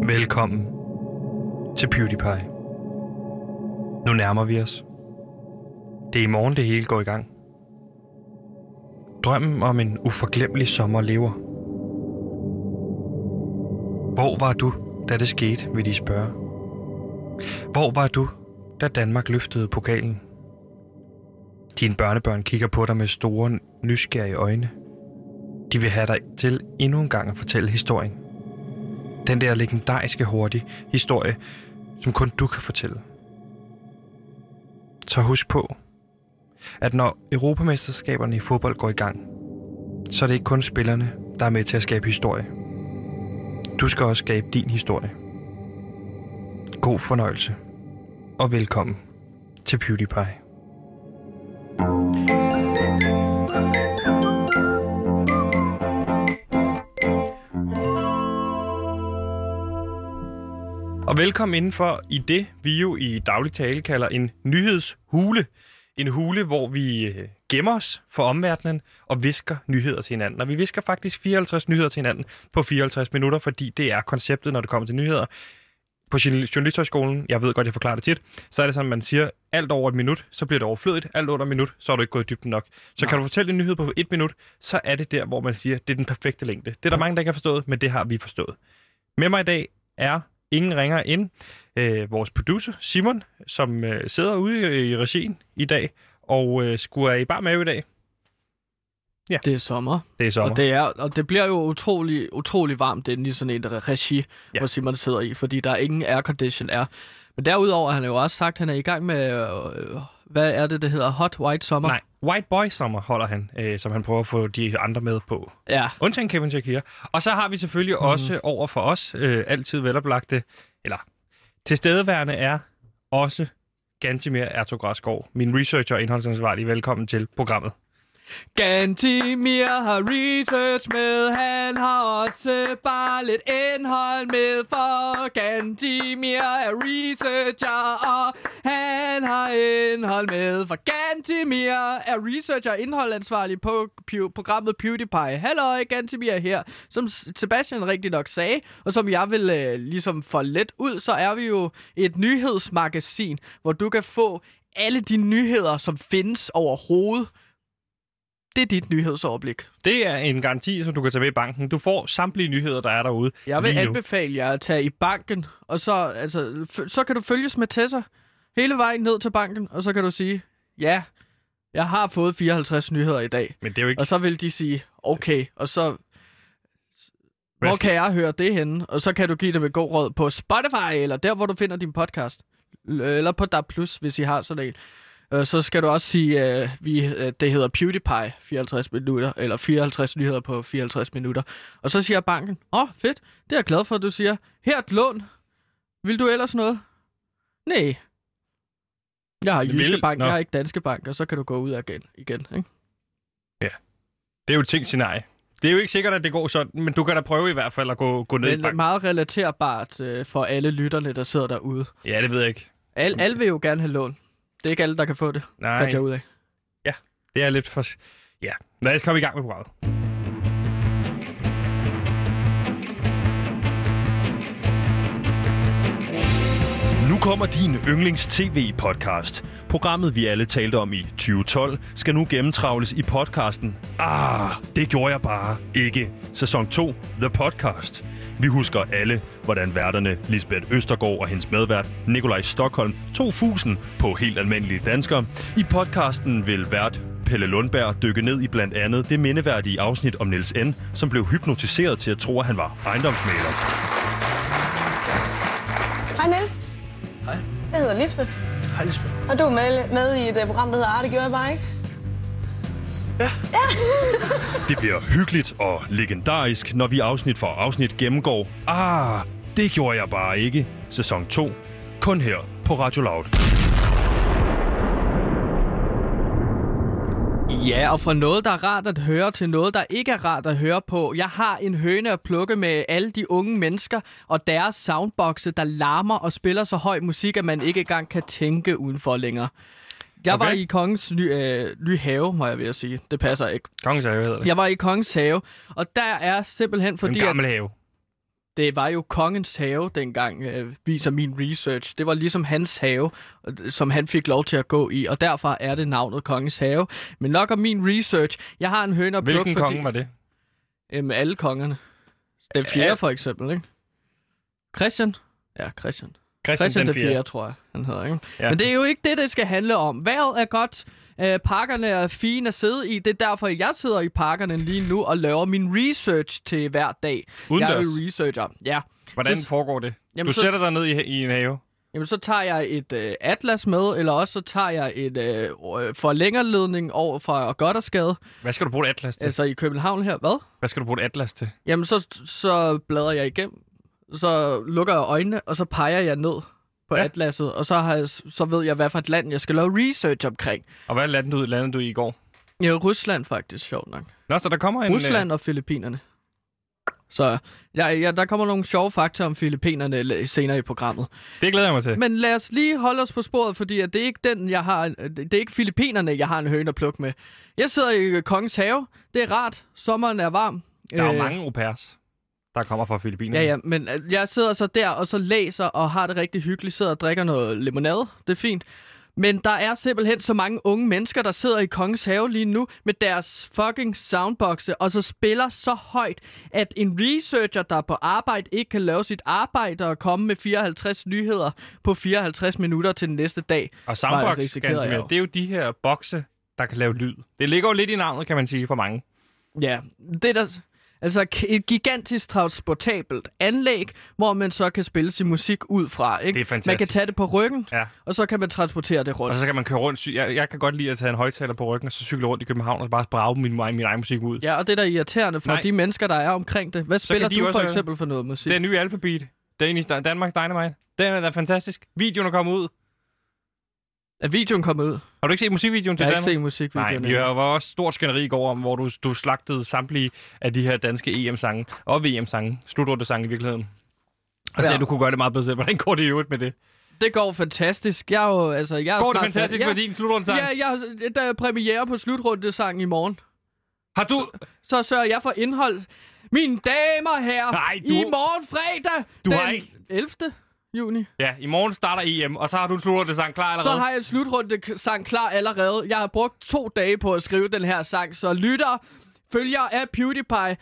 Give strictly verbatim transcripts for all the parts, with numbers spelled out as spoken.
Velkommen til PewDiePie. Nu nærmer vi os. Det er i morgen, det hele går i gang. Drømmen om en uforglemmelig sommer lever. Hvor var du, da det skete, vil de spørge. Hvor var du, da Danmark løftede pokalen? Dine børnebørn kigger på dig med store, nysgerrige øjne. De vil have dig til endnu en gang at fortælle historien. Den der legendariske hurtige historie, som kun du kan fortælle. Så husk på, at når Europamesterskaberne i fodbold går i gang, så er det ikke kun spillerne, der er med til at skabe historie. Du skal også skabe din historie. God fornøjelse, og velkommen til PewDiePie. Og velkommen indenfor i det, vi jo i daglig tale kalder en nyhedshule. En hule, hvor vi gemmer os for omverdenen og visker nyheder til hinanden. Og vi visker faktisk fireoghalvtreds nyheder til hinanden på fireoghalvtreds minutter, fordi det er konceptet, når det kommer til nyheder. På Journalisthøjskolen, jeg ved godt, jeg forklarer det tit, så er det sådan, at man siger, alt over et minut, så bliver det overflødigt. Alt under et minut, så er du ikke gået i dybden nok. Så Nej. Kan du fortælle en nyhed på et minut, så er det der, hvor man siger, det er den perfekte længde. Det er der mange, der ikke har forstået, men det har vi forstået. Med mig i dag er ingen ringer ind. Øh, vores producer, Simon, som øh, sidder ude i, i regien i dag, og øh, skulle i bar mave i dag. Ja. Det er sommer. Det er sommer. Og det, er, og det bliver jo utrolig, utrolig varmt inde i sådan et regi, ja. Hvor Simon sidder i, fordi der ingen aircondition er. Men derudover har han jo også sagt, at han er i gang med, øh, hvad er det, det hedder? Hot White Summer? Nej, White Boy Summer holder han, øh, som han prøver at få de andre med på. Ja. Undtagen Kevin Shakir. Og så har vi selvfølgelig mm. også over for os, øh, altid veloplagte, eller tilstedeværende er også Gantimir Ertug-Græsgaard, min researcher og indholdsansvarlig. Velkommen til programmet. Gantimir har research med, han har også bare lidt indhold med, for Gantimir er researcher, og han har indhold med, for Gantimir er researcher og indholdansvarlig på pu- programmet PewDiePie. Halløj, Gantimir her, som Sebastian rigtig nok sagde, og som jeg vil øh, ligesom få let ud, så er vi jo et nyhedsmagasin, hvor du kan få alle de nyheder, som findes overhovedet. Det er dit nyhedsoverblik. Det er en garanti, som du kan tage med i banken. Du får samtlige nyheder, der er derude. Jeg vil anbefale jer at tage i banken, og så, altså, f- så kan du følges med Tessa hele vejen ned til banken, og så kan du sige, ja, jeg har fået fireoghalvtreds nyheder i dag. Men det er jo ikke... Og så vil de sige, okay, og så... Hvor kan jeg høre det henne? Og så kan du give dem et god råd på Spotify, eller der, hvor du finder din podcast. Eller på D A B plus, hvis I har sådan en. Så skal du også sige, at uh, vi, uh, det hedder PewDiePie fireoghalvtreds minutter, eller fireoghalvtreds nyheder på fireoghalvtreds minutter. Og så siger banken, åh oh, fedt, det er jeg glad for, at du siger, her et lån. Vil du ellers noget? Nej. Jeg har Jyske Bank, Nå. Jeg har ikke Danske Bank, og så kan du gå ud igen, igen, ikke? Ja, det er jo et tænkt scenarie. Det er jo ikke sikkert, at det går sådan, men du kan da prøve i hvert fald at gå, gå ned men i banken. Meget relaterbart uh, for alle lytterne, der sidder derude. Ja, det ved jeg ikke. Al, alle vil jo gerne have lån. Det er ikke alle, der kan få det. Nej. Fandt jeg ud af. Ja, det er lidt for... Ja, lad os komme i gang med programmet. Nu kommer din yndlings-T V-podcast. Programmet, vi alle talte om i tyve tolv, skal nu gennemtravles i podcasten Ah, det gjorde jeg bare ikke. Sæson to, The Podcast. Vi husker alle, hvordan værterne Lisbeth Østergaard og hendes medvært Nikolaj Stockholm tog fusen på helt almindelige danskere. I podcasten vil vært Pelle Lundberg dykke ned i blandt andet det mindeværdige afsnit om Niels N., som blev hypnotiseret til at tro, at han var ejendomsmægler. Hej Niels. Hej. Jeg hedder Lisbeth. Hej Lisbeth. Og du er med, med i et uh, program, der hedder Ah, det gjorde jeg bare ikke? Ja. Ja. Det bliver hyggeligt og legendarisk, når vi afsnit for afsnit gennemgår Ah, det gjorde jeg bare ikke. Sæson to. Kun her på Radio Loud. Ja, og fra noget, der er rart at høre, til noget, der ikke er rart at høre på. Jeg har en høne at plukke med alle de unge mennesker og deres soundboxe, der larmer og spiller så høj musik, at man ikke engang kan tænke udenfor længere. Jeg okay. var i Kongens ny, øh, ny have, må jeg ved at sige. Det passer ikke. Kongens have hedder det. Jeg var i Kongens have, og der er simpelthen fordi... En gammel have. Det var jo kongens have, dengang øh, viser min research. Det var ligesom hans have, øh, som han fik lov til at gå i, og derfor er det navnet kongens have. Men nok om min research. Jeg har en høne og pluk, Hvilken fordi... konge var det? Øhm, alle kongerne. Den fjerde Ja. for eksempel, ikke? Christian? Ja, Christian. Christian, Christian den den fjerde, fjerde. tror jeg, han hedder, ikke? Ja. Men det er jo ikke det, det skal handle om. Vejret er godt. Øh, parkerne er fine at sidde i. Det er derfor, jeg sidder i parkerne lige nu og laver min research til hver dag. Udendørs? Jeg er jo researcher. Ja. Hvordan Så- foregår det? Jamen, Du så- sætter dig ned i, i en have. Jamen, så tager jeg et øh, atlas med, eller også så tager jeg et øh, forlængerledning over fra Goddersgade, Hvad skal du bruge et atlas til? altså i København her. Hvad? Hvad skal du bruge et atlas til? Jamen, så, så bladrer jeg igennem, så lukker jeg øjnene, og så peger jeg ned på Ja. ja. atlasset, og så, har jeg, så ved jeg, hvad for et land, jeg skal lave research omkring. Og hvad landede du, landede du i i går? Ja, Rusland faktisk, sjovt nok. Nå, så der kommer en... Rusland og Filippinerne. Så ja, ja, der kommer nogle sjove fakta om Filippinerne l- senere i programmet. Øh, det glæder jeg mig til. Men lad os lige holde os på sporet, fordi at det er ikke den, jeg har, det er ikke Filippinerne, jeg har en høne at plukke med. Jeg sidder i øh, Kongens Have. Det er rart. Sommeren er varm. Der er jo Øh, mange au pairs, der kommer fra Filippinerne. Ja, ja, men øh, jeg sidder så der og så læser og har det rigtig hyggeligt. Sidder og drikker noget limonade. Det er fint. Men der er simpelthen så mange unge mennesker, der sidder i Kongens Have lige nu med deres fucking soundboxe, og så spiller så højt, at en researcher, der er på arbejde, ikke kan lave sit arbejde og komme med fireoghalvtreds nyheder på fireoghalvtreds minutter til den næste dag. Og Var soundbox, jeg risikeret, Gantemir, jeg jo. det er jo de her bokse, der kan lave lyd. Det ligger jo lidt i navnet, kan man sige, for mange. Ja, det er der... Altså et gigantisk transportabelt anlæg, hvor man så kan spille sin musik ud fra. Ikke? Det er fantastisk. Man kan tage det på ryggen, Ja. og så kan man transportere det rundt. Og så kan man køre rundt. Sy- Jeg, jeg kan godt lide at tage en højtaler på ryggen, og så cykle rundt i København og bare brage min, min egen musik ud. Ja, og det der er irriterende for Nej. de mennesker, der er omkring det. Hvad Så spiller kan de du også for høre- eksempel for noget musik? Det er nye Alphabet. Danish, Danmarks Dynamite. Den er da fantastisk. Videoen er kommet ud. Er videoen kommet ud? Har du ikke set musikvideoen til Jeg har Danmark? ikke set Nej, musikvideoen. vi var også stort skænderi i går om, hvor du, du slagtede samtlige af de her danske E M-sange og V M-sange, slutrundesange i virkeligheden. Og Ja. sagde, at du kunne gøre det meget bedre selv. Hvordan går det i øvrigt med det? Det går fantastisk. Jeg er jo, altså, jeg er Går det snart fantastisk færdig. med din slutrundesang? Ja, ja, jeg, der er premiere på slutrundesang i morgen. Har du... Så sørger jeg for indhold. Mine damer og herrer, Nej, du- i morgen fredag, Du den har ikke- ellevte juni. Ja, i morgen starter E M, og så har du en slutrundesang klar Så allerede. har jeg en slutrunde-sang klar allerede. Jeg har brugt to dage på at skrive den her sang, så lytter, følger af PewDiePie.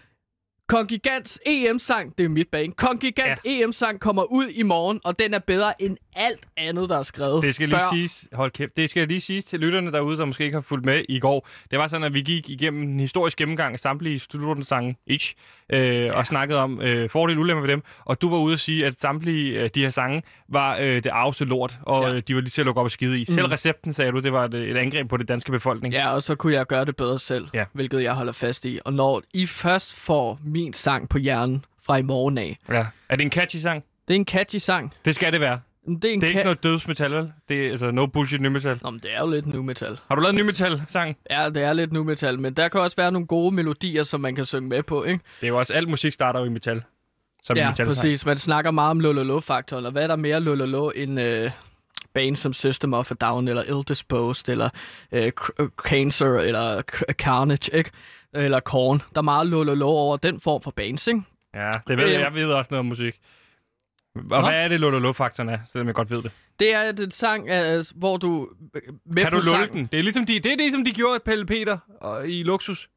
Kongigants E M-sang, det er mit bane. Kongigant ja. E M-sang kommer ud i morgen, og den er bedre end alt andet, der er skrevet. Det skal lige før. siges, hold kæft, det skal lige siges til lytterne derude, der måske ikke har fulgt med i går. Det var sådan, at vi gik igennem en historisk gennemgang af samtlige slutrundesange each, øh, ja. og snakkede om øh, fordele og ulemper ved dem. Og du var ude at sige, at samtlige øh, de her sange var øh, det arveste lort, og Ja. øh, de var lige til at lukke op og skide i. Mm. Selv recepten, sagde du, det var et, et angreb på det danske befolkning. Ja, og så kunne jeg gøre det bedre selv, Ja. hvilket jeg holder fast i. Og når I først får min sang på hjernen fra i morgen af, Ja. Er det en catchy sang? det er en catchy sang. Det skal det være. Det er, en Det er ikke ca- noget dødsmetal, vel? Det er altså no bullshit ny metal. Nå, men det er jo lidt nu metal. Har du lavet en ny metal-sang? Ja, det er lidt nu metal, men der kan også være nogle gode melodier, som man kan synge med på, ikke? Det er jo også, alt musik starter jo i metal. Som en Ja, metal-sang. præcis. Man snakker meget om lololo-faktoren, og hvad er der mere lololo end øh, bands som System of a Down, eller Ill Disposed, eller øh, K- Cancer, eller K- Carnage, ikke? Eller Korn. Der er meget lololo over den form for bands, ikke? Ja, det ved jeg. Jeg ved også noget om musik. Og Nå. hvad er det, lololo-faktoren er, selvom jeg godt ved det? Det er et sang, øh, hvor du øh, med Kan på du lulle sangen, den? Det er ligesom de, det er ligesom de gjorde Pelle Peter og i Luksus.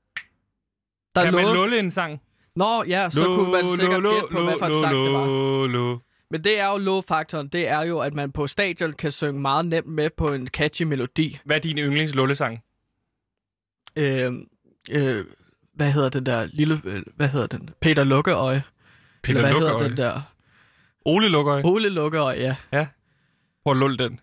der Kan man lå- lulle en sang? Nå, ja, så kunne man sikkert gætte på, hvad for en sang det var. var. Men det er jo low-faktoren. Det er jo, at man på stadion kan synge meget nemt med på en catchy melodi. Hvad er din yndlings lullesang? Øh, øh, hvad hedder den der lille... Øh, hvad hedder den? Peter Lukkeøje. Peter Eller hvad hedder Lukkeøje. den der? Ole Lukkeøje. Ole Lukkeøje, ja. Prøv at lulle den.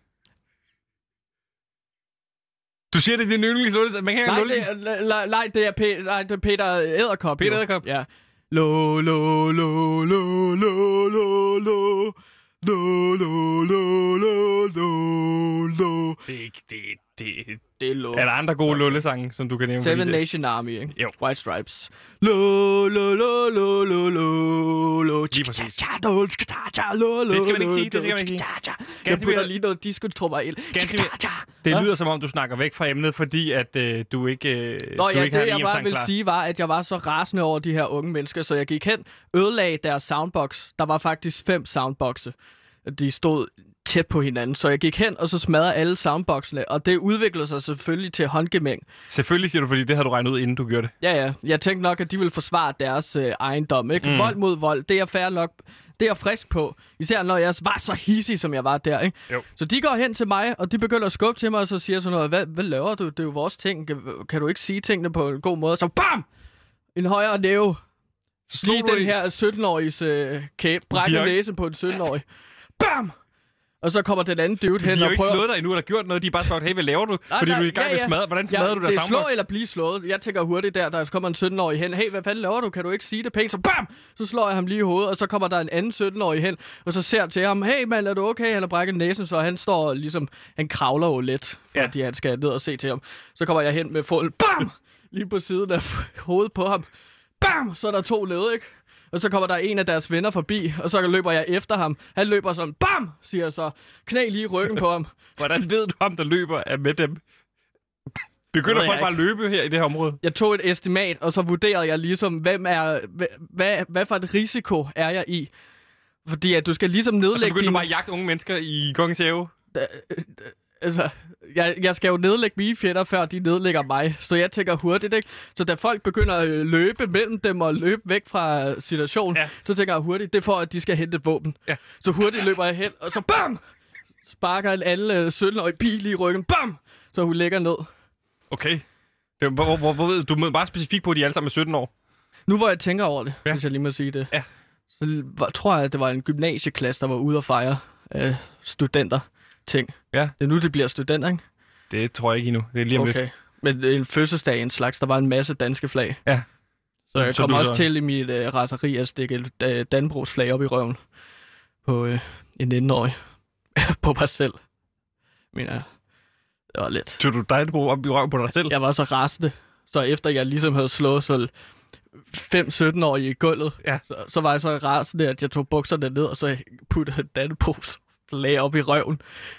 Du siger, det er din yndlings lullesang. Man kan ikke Nej, lulle det den. er, la- nej, det er, Pe- nej, det er Peter Edderkop. Peter jo. Edderkop. Ja. Lo, lo, lo, lo, lo, lo, lo. Lo, lo, lo, lo, lo, lo. Det er ikke... Det, det, Det er lå. er der andre gode lullesange, som du kan nævne? Seven fordi det- Nation Army, ikke? Jo. White Stripes. Lo, lo, lo, lo, lo, lo, lo. Lige præcis. Det skal man ikke sige, det skal man ikke sige. Jeg Ganske putter mere- lige noget disco-trummer ind. Ganske mere- Det Hva? lyder som om, du snakker væk fra emnet, fordi at øh, du ikke, øh, Nå du ja, ikke har det en jeg bare sang ville klar. sige var, at jeg var så rasende over de her unge mennesker, så jeg gik hen, ødelagde deres soundbox. Der var faktisk fem soundboxe. De stod tæt på hinanden, så jeg gik hen, og så smadrede alle soundboxene, og det udviklede sig selvfølgelig til håndgemæng. Selvfølgelig siger du, fordi det havde du regnet ud, inden du gjorde det. Ja, ja. Jeg tænkte nok, at de ville forsvare deres øh, ejendom, ikke? Mm. Vold mod vold, det er fair nok. Det er jeg frisk på. Især når jeg var så hissig, som jeg var der, ikke? Jo. Så de går hen til mig, og de begynder at skubbe til mig, og så siger sådan noget, hvad, hvad laver du? Det er jo vores ting. Kan, kan du ikke sige tingene på en god måde? Så BAM! En højere næve. Så slog Lige du den i- her sytten-åriges øh, kæbe. Brækker har ikke- næsen på en sytten-årig. BAM! Og så kommer den anden dude hen De har og jo ikke prøver... slået dig endnu, eller gjort noget. De har bare sagt, hey, hvad laver du? Fordi du er i gang med at smadre. Hvordan smadrer du der Det er soundbox? slå eller blive slået. Jeg tænker hurtigt der, der kommer en sytten-årig hen. Hey, hvad fanden laver du? Kan du ikke sige det pænt? Så bam! Så slår jeg ham lige i hovedet, og så kommer der en anden sytten-årig hen, og så ser jeg til ham, hey mand, er du okay? Han har brækket næsen, så han står ligesom, han kravler jo let, fordi ja. han skal ned og se til ham. Så kommer jeg hen med foden, bam! Lige på siden af hovedet på ham. Bam! Så er der to nede, ikke? Og så kommer der en af deres venner forbi, og så løber jeg efter ham. Han løber sådan, bam, siger jeg så. Knæ lige i ryggen på ham. Hvordan ved du, ham der løber er med dem? Begynder ved folk jeg bare at løbe her i det her område? Jeg tog et estimat, og så vurderede jeg ligesom, hvem er, hvad, hvad, hvad for et risiko er jeg i? Fordi at du skal ligesom Og så nedlægge begynder du dine... bare at jagte unge mennesker i Kongens Have. Altså, jeg, jeg skal jo nedlægge mine fjender, før de nedlægger mig. Så jeg tænker hurtigt, ikke? Så da folk begynder at øh, løbe mellem dem og løbe væk fra situationen, Ja. ja. så tænker jeg hurtigt, det er for, at de skal hente et våben. Ja. Så hurtigt løber jeg hen, og så bam! Sparker en anden øh, sytten-årig pige lige i ryggen. Bam! Så hun ligger ned. Okay. Det, hvor, hvor, hvor, du er bare specifikt på, at de alle sammen er sytten år. Nu hvor jeg tænker over det, Ja. ja. hvis jeg lige må sige det, Ja. så var, tror jeg, at det var en gymnasieklasse, der var ude at fejre øh, studenter ting. Ja. Det er nu, det bliver studenter, ikke? Det tror jeg ikke endnu. Det er lige om lidt. Okay. Men en fødselsdag en slags, der var en masse danske flag. Ja. Så jeg Så kom du også så- til i mit øh, raseri at stikke et øh, Dannebrogs flag op i røven på øh, en nitten-årig. På mig selv. Men ja, det var lidt. Tog du dig på op i røven på dig selv? Jeg var så rasende, så efter jeg ligesom havde slået så fem sytten-årige i gulvet, Ja. så, så var jeg så rasende, at jeg tog bukserne ned, og så puttede Dannebrogs flag op i røven.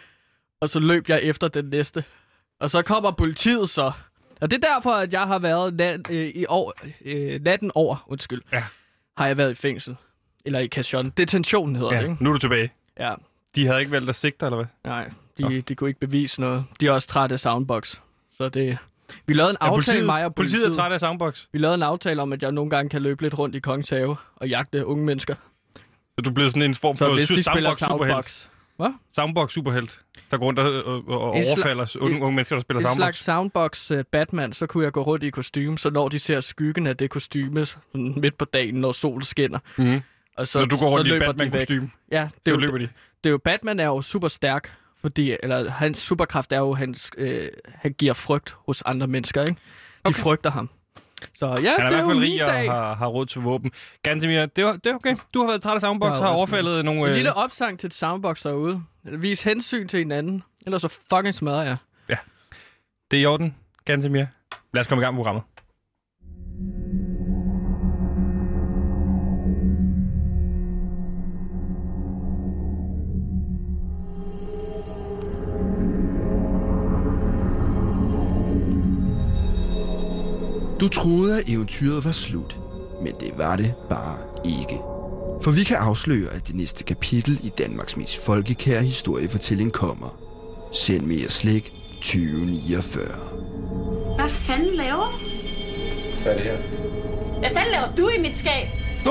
Og så løb jeg efter den næste. Og så kommer politiet så. Og det er derfor, at jeg har været nat, øh, i år, øh, natten over, undskyld, Ja. har jeg været i fængsel. Eller i Cajon. Detention hedder Ja. det, ikke? Nu er du tilbage. Ja. De havde ikke valgt at sigte, eller hvad? Nej, de, de kunne ikke bevise noget. De er også trætte af Soundbox. Så det... Vi lavede en Ja, aftale, politiet, mig og politiet politiet. er træt af Soundbox. Vi lavede en aftale om, at jeg nogle gange kan løbe lidt rundt i Kongens Have og jagte unge mennesker. Så du er blevet sådan en form Så for hvis de spiller Soundbox superhelt. Soundbox... Hvad? Soundbox superhelt, der går rundt og, og, og En sla- overfalder unge, en- unge mennesker, der spiller En Soundbox. slags Soundbox uh, Batman, så kunne jeg gå rundt i kostume, så når de ser skyggen af det kostume sådan midt på dagen, når solen skinner. Mm. Og så, Når du går rundt så i løber de væk. Batman-kostyme, Ja, det så er, jo, løber det, de. det er jo, Batman er jo super stærk, fordi, eller hans superkraft er jo, hans, øh, han giver frygt hos andre mennesker, ikke? De Okay. frygter ham. Så ja, Han er i det er hvert jo fald min rig og dag. har, har råd til våben. Gantemir, det, var, det er okay. Du har været træt af Soundbox, Jeg har har også overfaldet nogle... En Øh, lille opsang til et Soundbox derude. Vis hensyn til hinanden, ellers så fucking smadrer jeg. det er i orden, Gantemir. Lad os komme i gang med programmet. Du troede, at eventyret var slut, men det var det bare ikke. For vi kan afsløre, at det næste kapitel i Danmarks mest folkekære historiefortælling kommer. Send mere slik tyve niogfyrre. Hvad fanden laver du? Hvad er det her? Hvad fanden laver du i mit skab?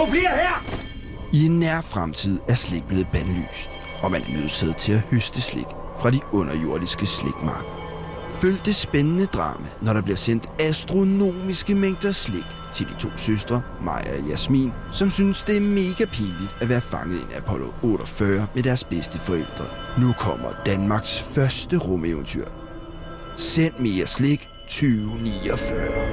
I en nær fremtid er slik blevet bandlyst, og man er nødsaget til at høste slik fra de underjordiske slikmarker. Følg det spændende drama, når der bliver sendt astronomiske mængder slik til de to søstre, Maja og Jasmin, som synes, det er mega pinligt at være fanget i en Apollo otteogfyrre med deres bedste forældre. Nu kommer Danmarks første rumeventyr. Send mere slik tyve niogfyrre.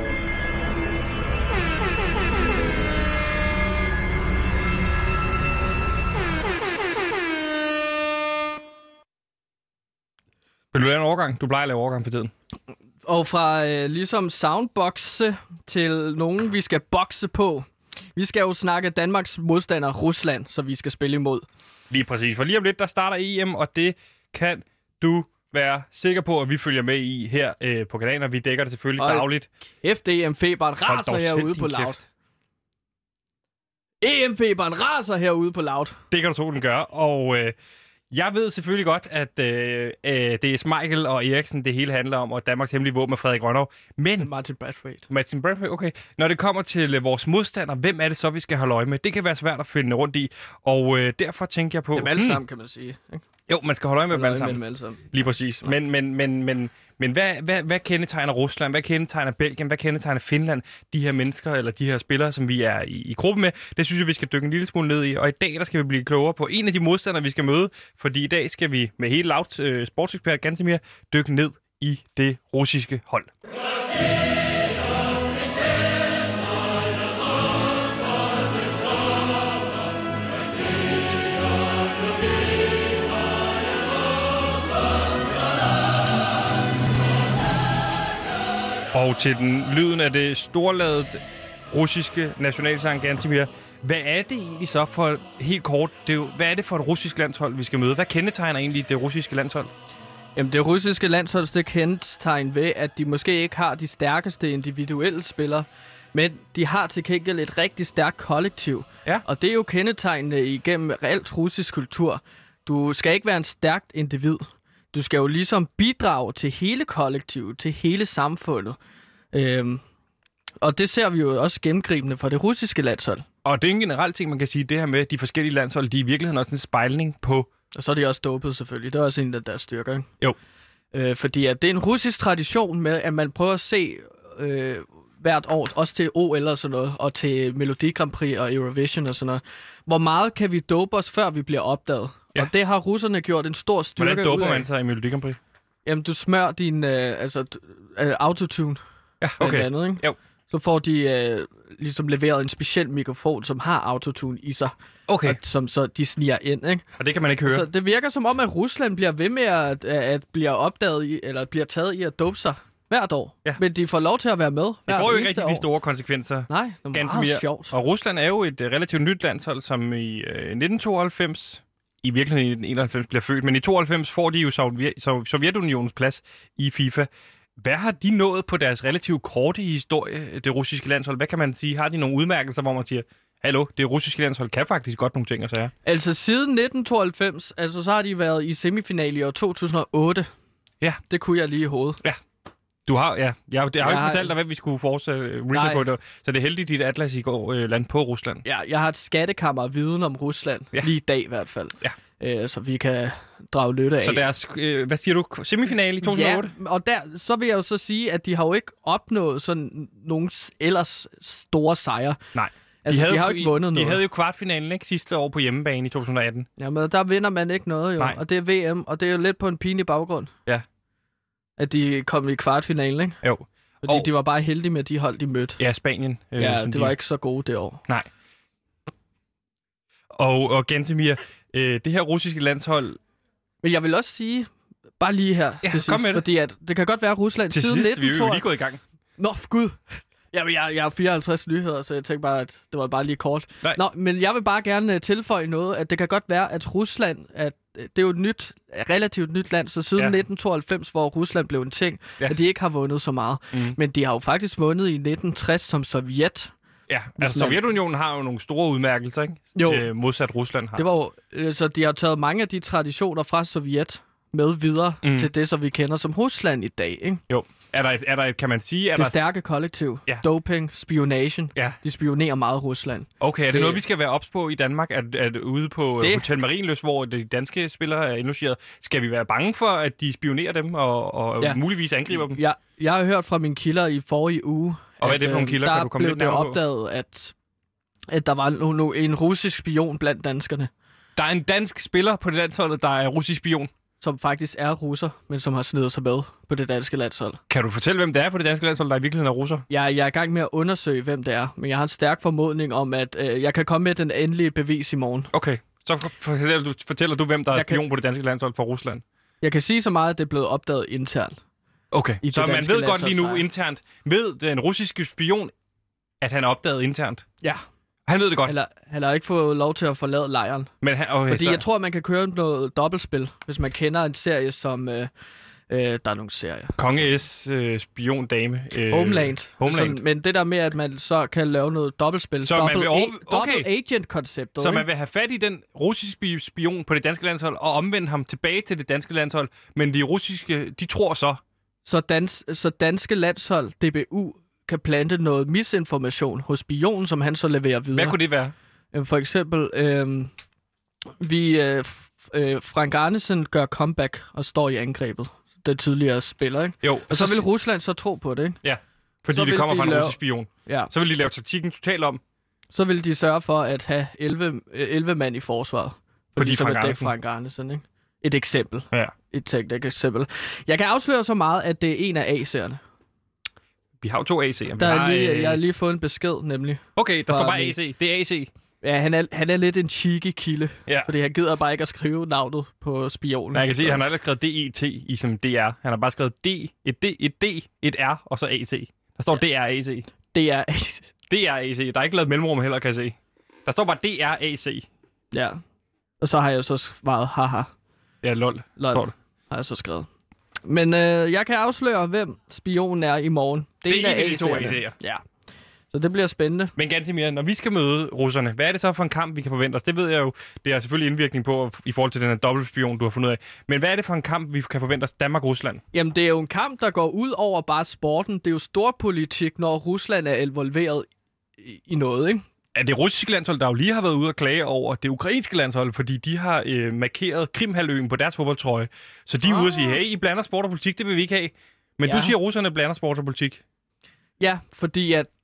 Vil du lave en overgang? Du plejer at lave overgang for tiden. Og fra øh, ligesom soundboxe til nogen, vi skal bokse på. Vi skal jo snakke Danmarks modstander Rusland, så vi skal spille imod. Lige præcis. For lige om lidt, der starter E M, og det kan du være sikker på, at vi følger med i her øh, på kanalen, og vi dækker det selvfølgelig Hold dagligt. F D M-feberen Hold raser dog selv herude din på Loud. kæft. E M-feberen raser herude på Loud. Det kan du tro, den gør. Og øh, jeg ved selvfølgelig godt, at øh, øh, det er Schmeichel og Eriksen, det hele handler om, og Danmarks hemmelige våben med Frederik Rønnow. Men Martin Brathwaite. Martin Brathwaite, okay. Når det kommer til øh, vores modstander, hvem er det så, vi skal holde øje med? Det kan være svært at finde rundt i, og øh, derfor tænker jeg på... Dem alle sammen, kan man sige. Ikke? Jo, man skal holde øje med dem alle sammen. Dem alle sammen. Lige præcis. Men, men, men, men, men hvad, hvad, hvad kendetegner Rusland? Hvad kendetegner Belgien? Hvad kendetegner Finland? De her mennesker, eller de her spillere, som vi er i, i gruppe med, det synes jeg, vi skal dykke en lille smule ned i. Og i dag, der skal vi blive klogere på en af de modstandere, vi skal møde. Fordi i dag skal vi med hele Loud øh, sportsekspert Gantemir dykke ned i det russiske hold. Og til den lyden af det storladede russiske nationalsang Gantemir, hvad er det egentlig så for, helt kort, det er jo, hvad er det for et russisk landshold, vi skal møde? Hvad kendetegner egentlig det russiske landshold? Jamen, det russiske landshold, det kendetegn ved, at de måske ikke har de stærkeste individuelle spillere, men de har til gengæld et rigtig stærkt kollektiv. Ja. Og det er jo kendetegnende igennem alt russisk kultur. Du skal ikke være en stærkt individ. Du skal jo ligesom bidrage til hele kollektivet, til hele samfundet. Øhm, og det ser vi jo også gennemgribende for det russiske landshold. Og det er en generel ting, man kan sige, det her med de forskellige landshold, de er i virkeligheden også en spejling på... Og så er de også dopet selvfølgelig. Det er også en af deres styrker, ikke? Jo. Øh, fordi at det er en russisk tradition med, at man prøver at se øh, hvert år, også til O L og sådan noget, og til Melodi Grand Prix og Eurovision og sådan noget. Hvor meget kan vi dope os, før vi bliver opdaget? Ja. Og det har russerne gjort en stor styrke ud af. Hvordan doper man sig i Melodi Grand Prix? Jamen, du smører din øh, altså, øh, autotune. Ja, okay. Andet, ikke? Jo. Så får de øh, ligesom leveret en speciel mikrofon, som har autotune i sig. Okay. Og, som så de sniger ind, ikke? Og det kan man ikke høre. Så det virker som om, at Rusland bliver ved med at, at blive opdaget i, eller bliver taget i at dope sig hvert år. Ja. Men de får lov til at være med. Det får jo ikke rigtig år. De store konsekvenser. Nej, det er meget mere sjovt. Og Rusland er jo et uh, relativt nyt landshold, som i uh, nitten tooghalvfems, i virkeligheden i nitten enoghalvfems bliver født, men i tooghalvfems får de jo Sovjet, Sovjetunionens plads i FIFA. Hvad har de nået på deres relativt korte historie, det russiske landshold? Hvad kan man sige? Har de nogle udmærkelser, hvor man siger, hallo, det russiske landshold kan faktisk godt nogle ting at sige? Altså siden nitten tooghalvfems, altså så har de været i semifinal i år to tusind og otte. Ja. Det kunne jeg lige i hovedet. Ja. Du har, ja. Jeg, jeg har jo ikke har... fortalt dig, hvad vi skulle fortsætte research på det. Så det er heldigt, dit atlas i går øh, land på Rusland. Ja, jeg har et skattekammer af viden om Rusland. Ja. Lige i dag i hvert fald. Ja. Øh, så vi kan drage lytte af. Så deres, øh, hvad siger du, semifinale i to tusind og otte? Ja, og der, så vil jeg jo så sige, at de har jo ikke opnået sådan nogen ellers store sejre. Nej. Altså, de, havde de har jo jo ikke vundet de noget. De havde jo kvartfinalen, ikke? Sidste år på hjemmebane i to tusind og atten. Jamen, der vinder man ikke noget, jo. Nej. Og det er V M, og det er jo lidt på en pinlig baggrund. Ja. At de kom i kvartfinalen, ikke? Jo. Fordi og... de var bare heldige med de hold, de mødte. Ja, Spanien. Øh, ja, det de... var ikke så gode det år. Nej. Og, og Gantemir, øh, det her russiske landshold... Men jeg vil også sige, bare lige her ja, til sidst, fordi at det kan godt være, at Rusland til siden sidst, nitten... vi er jo lige gået i gang. Nå, gud. Jamen, jeg, jeg har fireoghalvtreds nyheder, så jeg tænkte bare, at det var bare lige kort. Nej. Nå, men jeg vil bare gerne tilføje noget, at det kan godt være, at Rusland, at det er jo et nyt, relativt nyt land, så siden ja. nitten tooghalvfems, hvor Rusland blev en ting, ja. at de ikke har vundet så meget. Mm. Men de har jo faktisk vundet i nitten tres som Sovjet. Ja, altså Sovjetunionen har jo nogle store udmærkelser, ikke? Jo. Øh, modsat Rusland har. Det var jo, øh, så de har taget mange af de traditioner fra Sovjet med videre mm. til det, som vi kender som Rusland i dag, ikke? Jo. Er der et, er der et, kan man sige... Er det der... stærke kollektiv, ja. doping, spionage. Ja. De spionerer meget Rusland. Okay, er det, det noget, vi skal være ops på i Danmark? At, at ude på det... Hotel Marienløs, hvor de danske spillere er indlogeret, skal vi være bange for, at de spionerer dem og, og ja. muligvis angriber dem? Ja, jeg har hørt fra mine kilder i forrige uge, og hvad er det for nogle kilder? Der kan du komme blev det opdaget, at, at der var no, no, en russisk spion blandt danskerne. Der er en dansk spiller på det landsholdet, der er russisk spion? Som faktisk er russer, men som har snedet sig med på det danske landshold. Kan du fortælle, hvem det er på det danske landshold, der i virkeligheden er russer? Jeg, jeg er i gang med at undersøge, hvem det er, men jeg har en stærk formodning om, at øh, jeg kan komme med den endelige bevis i morgen. Okay, så fortæller du, fortæller du hvem der er jeg spion kan... på det danske landshold for Rusland? Jeg kan sige så meget, at det er blevet opdaget internt. Okay, I så det man danske ved godt lige nu landsholdslejr. internt, ved den russiske spion, at han er opdaget internt? Ja. Han ved det godt. Eller han har ikke fået lov til at forlade lejren. Men han, okay, Fordi så, jeg tror, at man kan køre noget dobbeltspil, hvis man kender en serie som... Øh, øh, der er nogle serier. Konge S, øh, spion, dame. Øh, Homeland. Homeland. Så, men det der med, at man så kan lave noget dobbeltspil. Så man Double, vil over- a- okay. double agent-konceptet. Så man ikke? vil have fat i den russiske spion på det danske landshold, og omvende ham tilbage til det danske landshold. Men de russiske, de tror så... Så, dans, så danske landshold, D B U, kan plante noget misinformation hos spionen, som han så leverer videre. Hvad kunne det være? Øh, For eksempel, øh, vi, øh, f- øh, Frank Arnesen gør comeback og står i angrebet. Den tidligere spiller, ikke? Jo, Og så vil Rusland så tro på det, ikke? Ja, fordi så det vil kommer de fra en lave- russisk spion. Ja. Så vil de lave taktikken totalt om. Så vil de sørge for at have elleve, øh, elleve mand i forsvaret. Fordi så Frank vil det Arnesen. Frank Arnesen, ikke? Et eksempel. Ja. Et tænkt eksempel. Jeg kan afsløre så meget, at det er en af A C'erne. Vi har jo to A C'er. Vi Der er har, lige, øh, jeg har lige fået en besked, nemlig. Okay, der fra står bare min- A C. Det er A C. Ja, han er, han er lidt en cheeky kilde. Ja. Fordi han gider bare ikke at skrive navnet på spionen. Men jeg kan se, Så- at han har ellers skrevet D E T i som D R. Han har bare skrevet D, et D, et D, et R, og så A C. Der står D R A C. Det er... D R A C. Der er ikke lavet mellemrum heller, kan jeg se. Der står bare D R A C. ja. Og så har jeg så svaret, haha, Ja, lol, lol, står det. har jeg så skrevet. Men øh, jeg kan afsløre, hvem spionen er i morgen. Det er en en af de to A C'erne. A C'er. Ja. Så det bliver spændende. Men Gantemir, når vi skal møde russerne, hvad er det så for en kamp, vi kan forvente os? Det ved jeg jo, det har selvfølgelig indvirkning på i forhold til den her dobbeltspion, du har fundet ud af. Men hvad er det for en kamp, vi kan forvente os? Danmark-Rusland? Jamen, det er jo en kamp, der går ud over bare sporten. Det er jo storpolitik, når Rusland er involveret i, i noget, ikke? Er det russiske landshold, der jo lige har været ude og klage over det ukrainske landshold, fordi de har øh, markeret Krimhalvøen på deres fodboldtrøje. Så de er ude og sige, hey, I blander sport og politik, det vil vi ikke have. Men Ja. du siger, at russerne blander sport og politik. Ja, fordi at,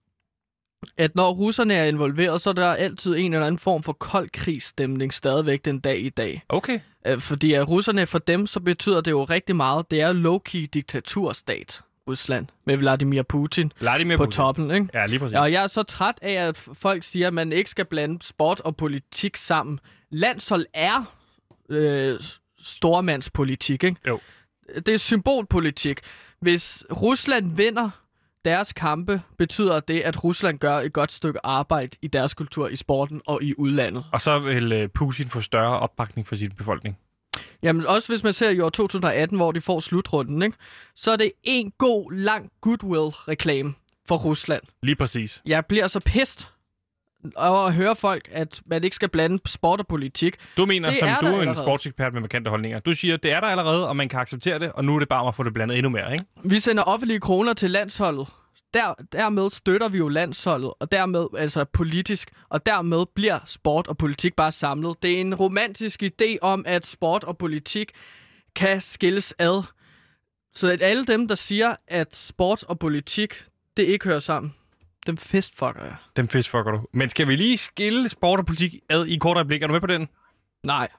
at når russerne er involveret, så er der altid en eller anden form for kold krigsstemning stadigvæk den dag i dag. Okay. Øh, Fordi at russerne for dem, så betyder det jo rigtig meget. Det er low-key diktaturstat, Rusland, med Vladimir Putin Vladimir på Putin. toppen, ikke? Ja, lige præcis. Ja, og jeg er så træt af, at folk siger, at man ikke skal blande sport og politik sammen. Landshold er øh, stormandspolitik, ikke? Jo. Det er symbolpolitik. Hvis Rusland vinder deres kampe, betyder det, at Rusland gør et godt stykke arbejde i deres kultur, i sporten og i udlandet. Og så vil øh, Putin få større opbakning for sin befolkning. Jamen også hvis man ser i år to tusind atten, hvor de får slutrunden, ikke? Så er det en god, lang goodwill-reklame for Rusland. Lige præcis. Jeg bliver så pissed over at høre folk, at man ikke skal blande sport og politik. Du mener, Det som er du der er en allerede. sportsekspert med markante holdninger. Du siger, det er der allerede, og man kan acceptere det, og nu er det bare om at få det blandet endnu mere, ikke? Vi sender offentlige kroner til landsholdet. Der, dermed støtter vi jo landsholdet, og dermed altså politisk, og dermed bliver sport og politik bare samlet. Det er en romantisk idé om, at sport og politik kan skilles ad. Så at alle dem, der siger, at sport og politik, det ikke hører sammen, dem festfucker jeg. Dem fistfucker du. Men skal vi lige skille sport og politik ad i et kort øjeblik? Er du med på den? Nej,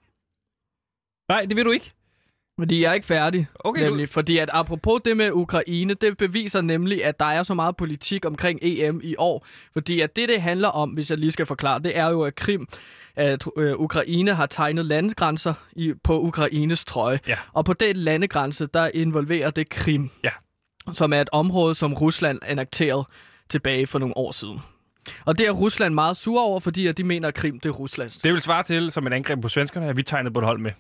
Nej, det vil du ikke. fordi jeg er ikke færdig. Okay, Nemlig, du... Fordi at apropos det med Ukraine, det beviser nemlig, at der er så meget politik omkring E M i år. Fordi at det, det handler om, hvis jeg lige skal forklare, det er jo, at Krim, at øh, Ukraine har tegnet landegrænser i, på Ukraines trøje. Ja. Og på den landegrænse, der involverer det Krim, Ja. som er et område, som Rusland annekterede tilbage for nogle år siden. Og det er Rusland meget sur over, fordi at de mener, at Krim det er Ruslands. Det vil svare til, som et angreb på svenskerne, at vi tegnede på et hold med.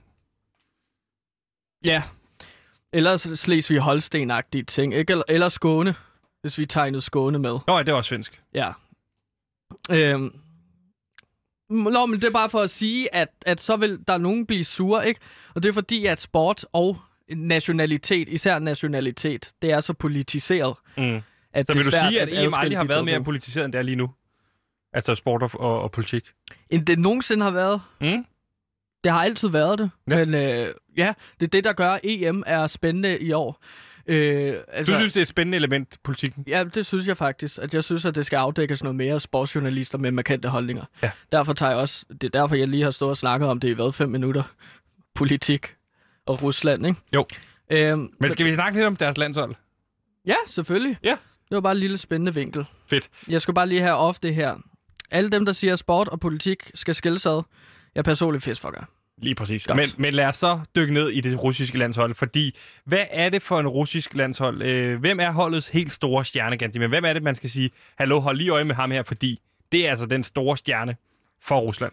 Ja. Eller Slesvig-Holsten-agtige ting. Ikke? Eller, eller Skåne, hvis vi tegnede Skåne med. Nå, ja, det er også svensk. Ja. Øhm. Nå, men det er bare for at sige, at, at så vil der nogen blive sure, ikke? Og det er fordi, at sport og nationalitet, især nationalitet, det er så politiseret. Mm. At Så det vil er du svært sige, at E M adskille aldrig har de været to mere ting. politiseret, end det er lige nu? Altså sport og, og, og politik? End det nogensinde har været. Mm? Det har altid været det. Ja. Men øh, ja, det er det, der gør, at E M er spændende i år. Øh, altså, Du synes, det er et spændende element, politikken? Ja, det synes jeg faktisk. At jeg synes, at det skal afdækkes noget mere af sportsjournalister med markante holdninger. Ja. Derfor tager jeg også... Det er derfor, jeg lige har stået og snakket om det i hvad, fem minutter. Politik og Rusland, ikke? Jo. Øhm, Men skal vi snakke lidt om deres landshold? Ja, selvfølgelig. Ja. Det var bare en lille spændende vinkel. Fedt. Jeg skal bare lige have off det her. Alle dem, der siger, at sport og politik skal skilles ad, jeg er personligt festfucker. Lige præcis. Men, men lad os så dykke ned i det russiske landshold, fordi hvad er det for en russisk landshold? Øh, hvem er holdets helt store stjerne, Gantemir? Hvem er det, man skal sige, hallo, hold lige øje med ham her, fordi det er altså den store stjerne for Rusland.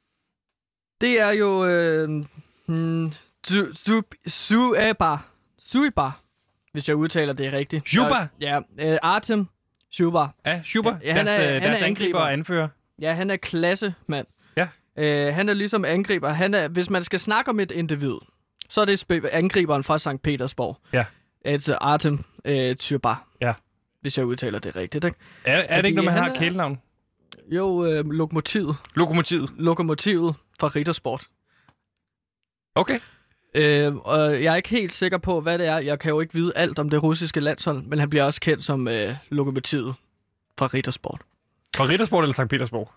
Det er jo... Øh, hmm, Suiba. Suiba, hvis jeg udtaler det rigtigt. Shuba? Ja, øh, Artem Shuba. Ja, Shuba. Ja, han deres, er- øh, han deres er angriber og angriber. anfører. Ja, han er klassemand. Ja. Øh, han er ligesom angriber. Han er, hvis man skal snakke om et individ, så er det sp- angriberen fra Sankt Petersborg. Ja. Altså Artem øh, Shuba. Ja. Hvis jeg udtaler det rigtigt, ikke? Er, er det Fordi ikke, når man han har er- et kælenavn? Jo, øh, lokomotivet. Lokomotivet. Lokomotivet fra Rittersport. Okay. Øh, og jeg er ikke helt sikker på, hvad det er. Jeg kan jo ikke vide alt om det russiske landshold, men han bliver også kendt som øh, lokomotivet fra Rittersport. Fra Rittersport eller Sankt Petersborg?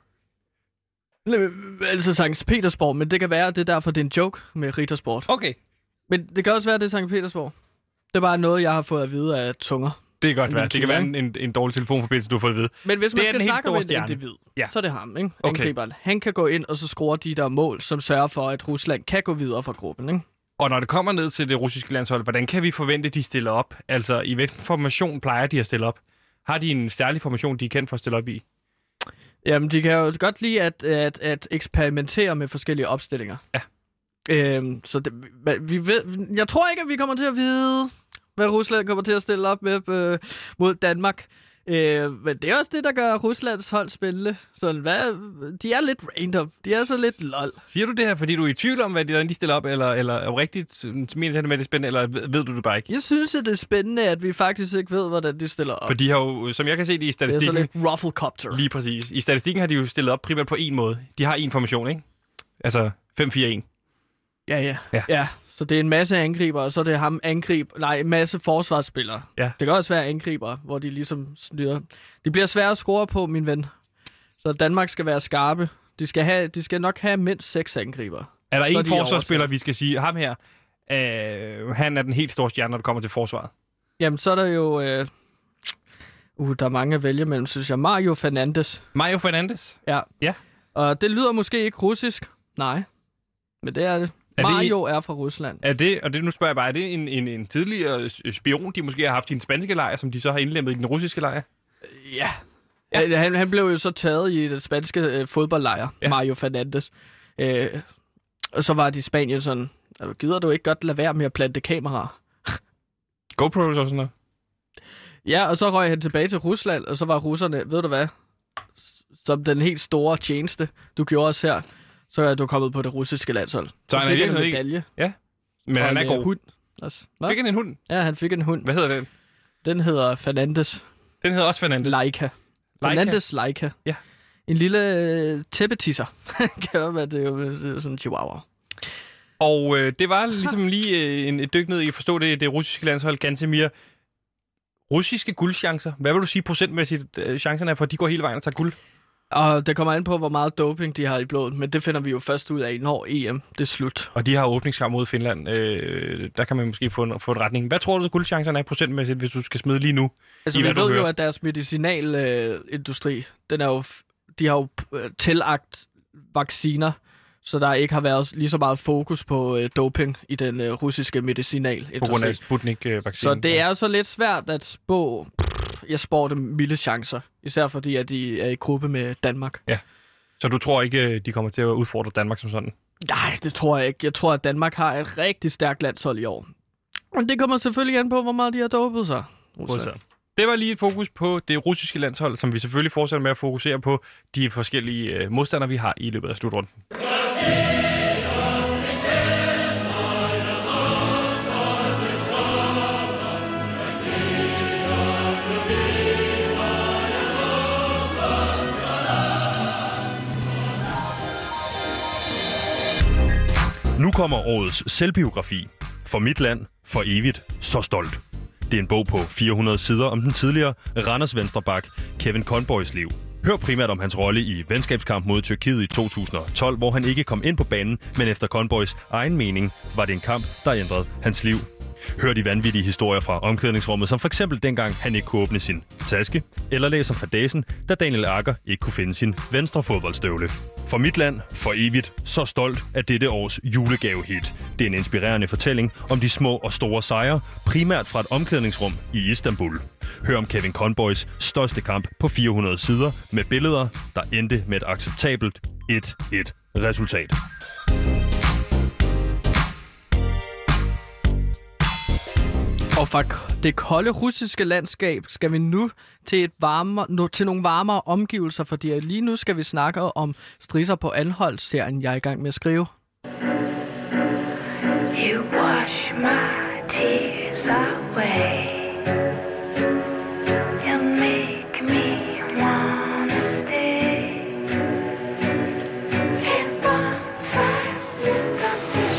Øh, Altså Sankt Petersborg, men det kan være, at det er derfor, det er en joke med Rittersport. Okay. Men det kan også være, at det er Sankt Petersborg. Det er bare noget, jeg har fået at vide af tunger. Det kan godt Men være. Det kan kilder, være en, en, en dårlig telefonforbindelse, du har fået at vide. Men hvis man Det er skal den helt snakke om store et stjerne. individ, Ja. så er det ham, ikke? Okay. Angriberen. Han kan gå ind og så score de der mål, som sørger for, at Rusland kan gå videre fra gruppen, ikke? Og når det kommer ned til det russiske landshold, hvordan kan vi forvente, at de stiller op? Altså, i hvilken formation plejer de at stille op? Har de en særlig formation, de er kendt for at stille op i? Jamen, de kan jo godt lide at, at, at eksperimentere med forskellige opstillinger. Ja. Øhm, så det, vi ved, jeg tror ikke, at vi kommer til at vide, hvad Rusland kommer til at stille op med øh, mod Danmark. Øh, men det er også det, der gør Ruslands hold spændende. Sådan, hvad, de er lidt random. De er så lidt lol. Siger du det her, fordi du er i tvivl om, hvad de, de stiller op, eller, eller er rigtigt mener det med det spændende, eller ved, ved du det bare ikke? Jeg synes, at det er spændende, at vi faktisk ikke ved, hvordan de stiller op. For de har jo, som jeg kan se det i Det er så statistikken, lidt rufflecopter. lige præcis. I statistikken har de jo stillet op primært på en måde. De har en formation, ikke? Altså fem fire en. Ja, ja, Ja. ja. Ja, så det er en masse angriber, og så er det ham angrib... Nej, en masse forsvarsspillere. Ja. Det kan også være angriber, hvor de ligesom snyder. De bliver svære at score på, min ven. Så Danmark skal være skarpe. De skal, have, de skal nok have mindst seks angriber. Er der Så er en de forsvarsspiller, overtaget. vi skal sige, ham her, øh, han er den helt store stjerne, når det kommer til forsvaret? Jamen, så er der jo... Øh... Uh, der er mange at vælge mellem, synes jeg. Mario Fernandes. Mario Fernandes. Ja. Ja. Og det lyder måske ikke russisk. Nej. Men det er det. Er det Mario er fra Rusland. Er det, og det nu spørger jeg bare, er det en, en, en tidligere spion, de måske har haft i den spanske lejr, som de så har indlemmet i den russiske lejr? Ja. ja. Han, han blev jo så taget i den spanske øh, fodboldlejr, Ja. ja. Mario Fernandes. Øh, og så var de i Spanien sådan, gider du ikke godt lade være med at plante kameraer? GoPros og sådan noget? Ja, og så røg han tilbage til Rusland, og så var russerne, ved du hvad, som den helt store tjeneste, du gjorde os her, så er du kommet på det russiske landshold. Så han er fik virkelig en ikke- medalje. Ja. Men og han er en, øh, god. Hund. Også. Hva? Fik han en hund? Ja, han fik en hund. Hvad hedder den? Den hedder Fernandes Den hedder også Fernandes. Leica. Fernandes Leica. Ja. En lille øh, tæppetisser. Kalder man det jo, det er sådan en chihuahua. Og øh, det var ligesom lige øh, en, et dyk ned i at forstå det, det russiske landshold, Gantemir. Russiske guldchancer. Hvad vil du sige procentmæssigt øh, chancerne er for, at de går hele vejen og tager guld? Og det kommer an på, hvor meget doping de har i blodet, men det finder vi jo først ud af, når E M det er slut. Og de har åbningskamp mod Finland. Øh, der kan man måske få en, få en retning. Hvad tror du, at guldchancerne er procentmæssigt, hvis du skal smide lige nu? Altså, I vi hvad du ved jo, hører. at deres medicinalindustri, øh, den er jo, f- de har jo øh, tillagt vacciner, så der ikke har været lige så meget fokus på øh, doping i den øh, russiske medicinalindustri. På grund af Sputnik-vaccinen. Så det er så lidt svært at spå. Jeg spår dem milde chancer, især fordi, at de er i gruppe med Danmark. Så du tror ikke, de kommer til at udfordre Danmark som sådan? Nej, det tror jeg ikke. Jeg tror, at Danmark har et rigtig stærkt landshold i år. Men det kommer selvfølgelig an på, hvor meget de har dopet sig. Rusland. Det var lige et fokus på det russiske landshold, som vi selvfølgelig fortsætter med at fokusere på de forskellige øh, modstandere, vi har i løbet af slutrunden. Nu kommer årets selvbiografi. For mit land, for evigt, så stolt. Det er en bog på fire hundrede sider om den tidligere Randers venstreback Kevin Conboys liv. Hør primært om hans rolle i venskabskamp mod Tyrkiet i to tusind og tolv, hvor han ikke kom ind på banen, men efter Conboys egen mening var det en kamp, der ændrede hans liv. Hør de vanvittige historier fra omklædningsrummet, som for eksempel dengang han ikke kunne åbne sin taske, eller læs om fadæsen, da Daniel Agger ikke kunne finde sin venstre fodboldstøvle. For mit land, for evigt, så stolt af dette års julegavehit. Det er en inspirerende fortælling om de små og store sejre, primært fra et omklædningsrum i Istanbul. Hør om Kevin Conboys største kamp på fire hundrede sider med billeder, der endte med et acceptabelt et et resultat. Og fra det kolde russiske landskab skal vi nu til, et varmere, no, til nogle varmere omgivelser, fordi lige nu skal vi snakke om Strisser på Anholt-serien, jeg er i gang med at skrive. You wash my tears away. You make me wanna stay. In one fast look at the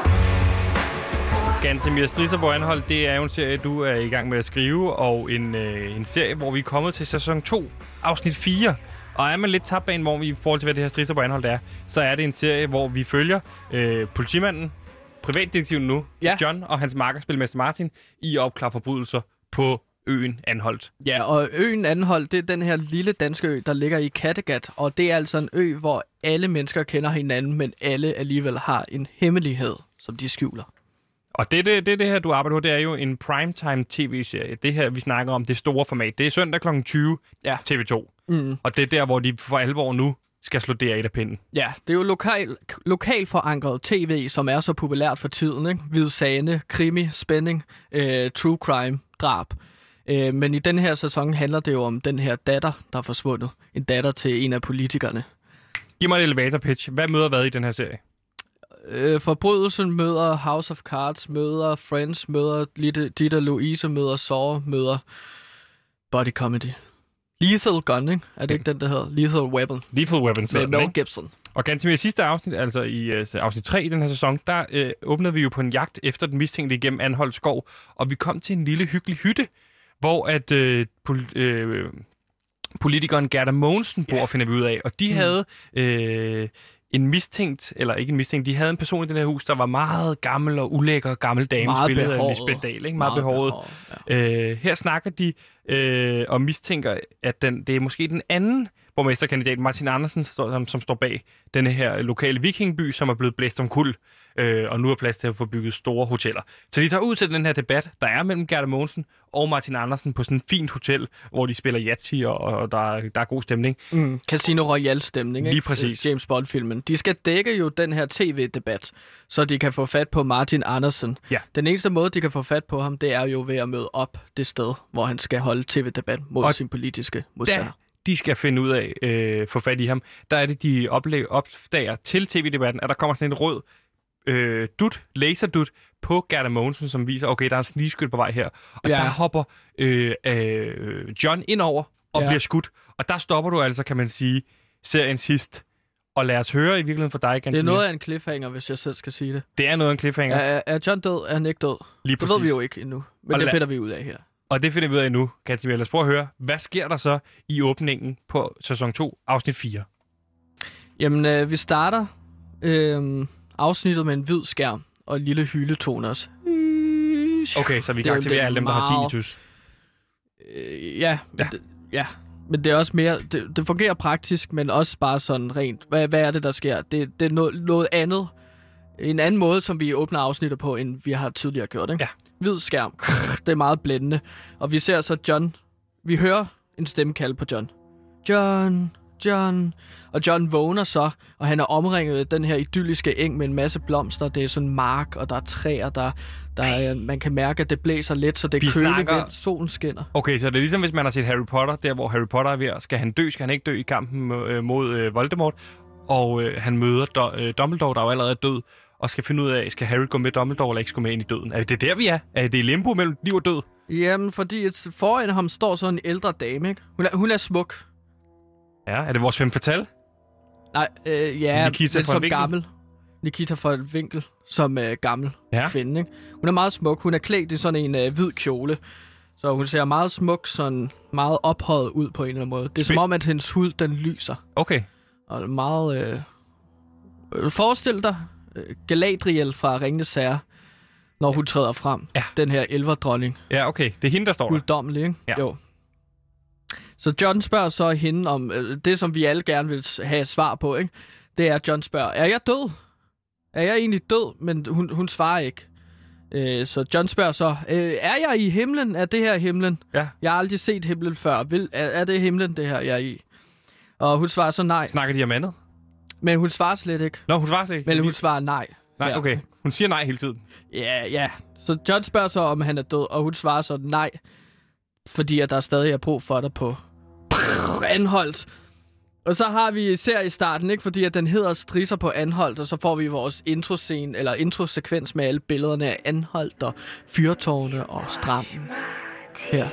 shores. Gantemir, Strisser på Anholt, det er jo en serie, du er i gang med at skrive, og en, øh, en serie, hvor vi er kommet til sæson to, afsnit fire. Og er man lidt tabt bag, hvor vi i forhold til, hvad det her Strisser på Anholt er, så er det en serie, hvor vi følger øh, politimanden, privatdetektiven nu, ja. John og hans makker, spilmester Martin, i at opklare forbrydelser på øen Anholt. Ja, og øen Anholt, det er den her lille danske ø, der ligger i Kattegat, og det er altså en ø, hvor alle mennesker kender hinanden, men alle alligevel har en hemmelighed, som de skjuler. Og det, det, det, det her, du arbejder på, det er jo en primetime tv-serie. Det her, vi snakker om, det store format. Det er søndag klokken tyve, ja. T V to. Mm. Og det er der, hvor de for alvor nu skal slå det af af pinden. Ja, det er jo lokal, lokal forankret tv, som er så populært for tiden. Ikke? Hvidsane, krimi, spænding, øh, true crime, drab. Øh, men i den her sæson handler det jo om den her datter, der er forsvundet. En datter til en af politikerne. Giv mig en elevator pitch. Hvad møder hvad i den her serie? Øh, forbrydelsen møder House of Cards, møder Friends, møder Dita Louise, møder Saw, møder body comedy. Lethal Gun, ikke? Er det ikke den, der hedder? Lethal Weapon. Lethal Weapon. Med Mel Gibson. Og ganske i sidste afsnit, altså i uh, afsnit tre i den her sæson, der uh, åbnede vi jo på en jagt efter den mistænkte igennem Anholt skov, og vi kom til en lille hyggelig hytte, hvor at uh, pol- uh, politikeren Gerda Mogensen bor, yeah. finder vi ud af, og de mm. havde uh, en mistænkt, eller ikke en mistænkt, de havde en person i den her hus, der var meget gammel og ulækker gammel dame, spillet af Lisbeth Dahl, ikke? Meget, meget behåret. behåret ja. uh, her snakker de uh, og mistænker, at den, det er måske den anden borgmesterkandidat, Martin Andersen, som, som står bag denne her lokale vikingby, som er blevet blæst omkuld, øh, og nu er plads til at få bygget store hoteller. Så de tager ud til den her debat, der er mellem Gerda Mogensen og Martin Andersen på sådan et fint hotel, hvor de spiller Yahtzee, og, og der, er, der er god stemning. Mm, Casino Royale-stemning, ikke? Lige præcis. James Bond-filmen. De skal dække jo den her tv-debat, så de kan få fat på Martin Andersen. Ja. Den eneste måde, de kan få fat på ham, det er jo ved at møde op det sted, hvor han skal holde tv-debat mod og sin politiske modstander. De skal finde ud af, øh, få fat i ham. Der er det, de oplæg, opdager til tv-debatten, at der kommer sådan en rød øh, dut, laserdut på Gerda Mogensen, som viser, okay, der er en snigskyt på vej her. Og ja. der hopper øh, øh, John ind over og ja. bliver skudt. Og der stopper du altså, kan man sige, serien sidst. Og lad os høre i virkeligheden for dig, Gantemir. Det er noget af en cliffhanger, hvis jeg selv skal sige det. Det er noget af en cliffhanger. Er, er John død? Er han ikke død? Lige præcis. Det ved vi jo ikke endnu, men og det la- finder vi ud af her. Og det finder vi ud af nu, Gantemir. Lad os prøve at høre, hvad sker der så i åbningen på sæson to, afsnit fire? Jamen, øh, vi starter øh, afsnittet med en hvid skærm og en lille hyletone også. Okay, så vi kan aktivere alle dem, der har tinnitus. Øh, ja, ja. Det, ja, men det er også mere... Det, det fungerer praktisk, men også bare sådan rent. Hvad, hvad er det, der sker? Det, det er noget, noget andet. En anden måde, som vi åbner afsnittet på, end vi har tidligere gjort, ikke? Ja. Hvid skærm. Det er meget blændende. Og vi ser så John. Vi hører en stemme kalde på John. John, John. Og John vågner så, og han er omringet af den her idylliske eng med en masse blomster. Det er sådan mark, og der er træer, der, der er, man kan mærke, at det blæser lidt, så det er køligt snakker... vind, solen skinner. Okay, så det er ligesom, hvis man har set Harry Potter, der hvor Harry Potter er ved, skal han dø, skal han ikke dø i kampen mod øh, Voldemort. Og øh, han møder Do- øh, Dumbledore, der jo allerede er død, og skal finde ud af, skal Harry gå med Dumbledore, eller ikke skal med ind i døden? Er det der, vi er? Er det limbo mellem liv og død? Jamen, fordi foran ham står så en ældre dame, ikke? Hun er, hun er smuk. Ja, er det vores femme fatale? Nej, øh, ja, Nikita lidt som gammel. Nikita fra et vinkel, som øh, gammel ja. kvinde, ikke? Hun er meget smuk. Hun er klædt i sådan en øh, hvid kjole. Så hun ser meget smuk, sådan meget ophøjet ud på en eller anden måde. Det er som om, at hendes hud, den lyser. Okay. Og meget... Øh... Forestil dig øh, Galadriel fra Ringenes Herre når hun træder frem. Ja. Den her elverdronning. Ja, okay. Det er hende, der står der. Guddommelig, ikke? Ja. Jo. Så John spørger så hende om øh, det, som vi alle gerne vil have svar på, ikke? Det er, John spørger, er jeg død? Er jeg egentlig død? Men hun, hun svarer ikke. Øh, så John spørger så, øh, er jeg i himlen? Er det her himlen? Ja. Jeg har aldrig set himlen før. Vil, er, er det himlen, det her, jeg er i? Og hun svarer så nej. Snakker de om andet? Men hun svarer slet ikke. Nå, hun svarer slet ikke. Men hun svarer nej. Nej, Ja. okay. Hun siger nej hele tiden. Ja, ja. Så John spørger så, om han er død, og hun svarer så nej. Fordi at der stadig er brug for dig på Anholdt. Og så har vi især i starten, ikke? Fordi at den hedder Strisser på Anholdt, og så får vi vores introscene, eller introsekvens med alle billederne af Anholdt og fyrtårne og stranden. Her.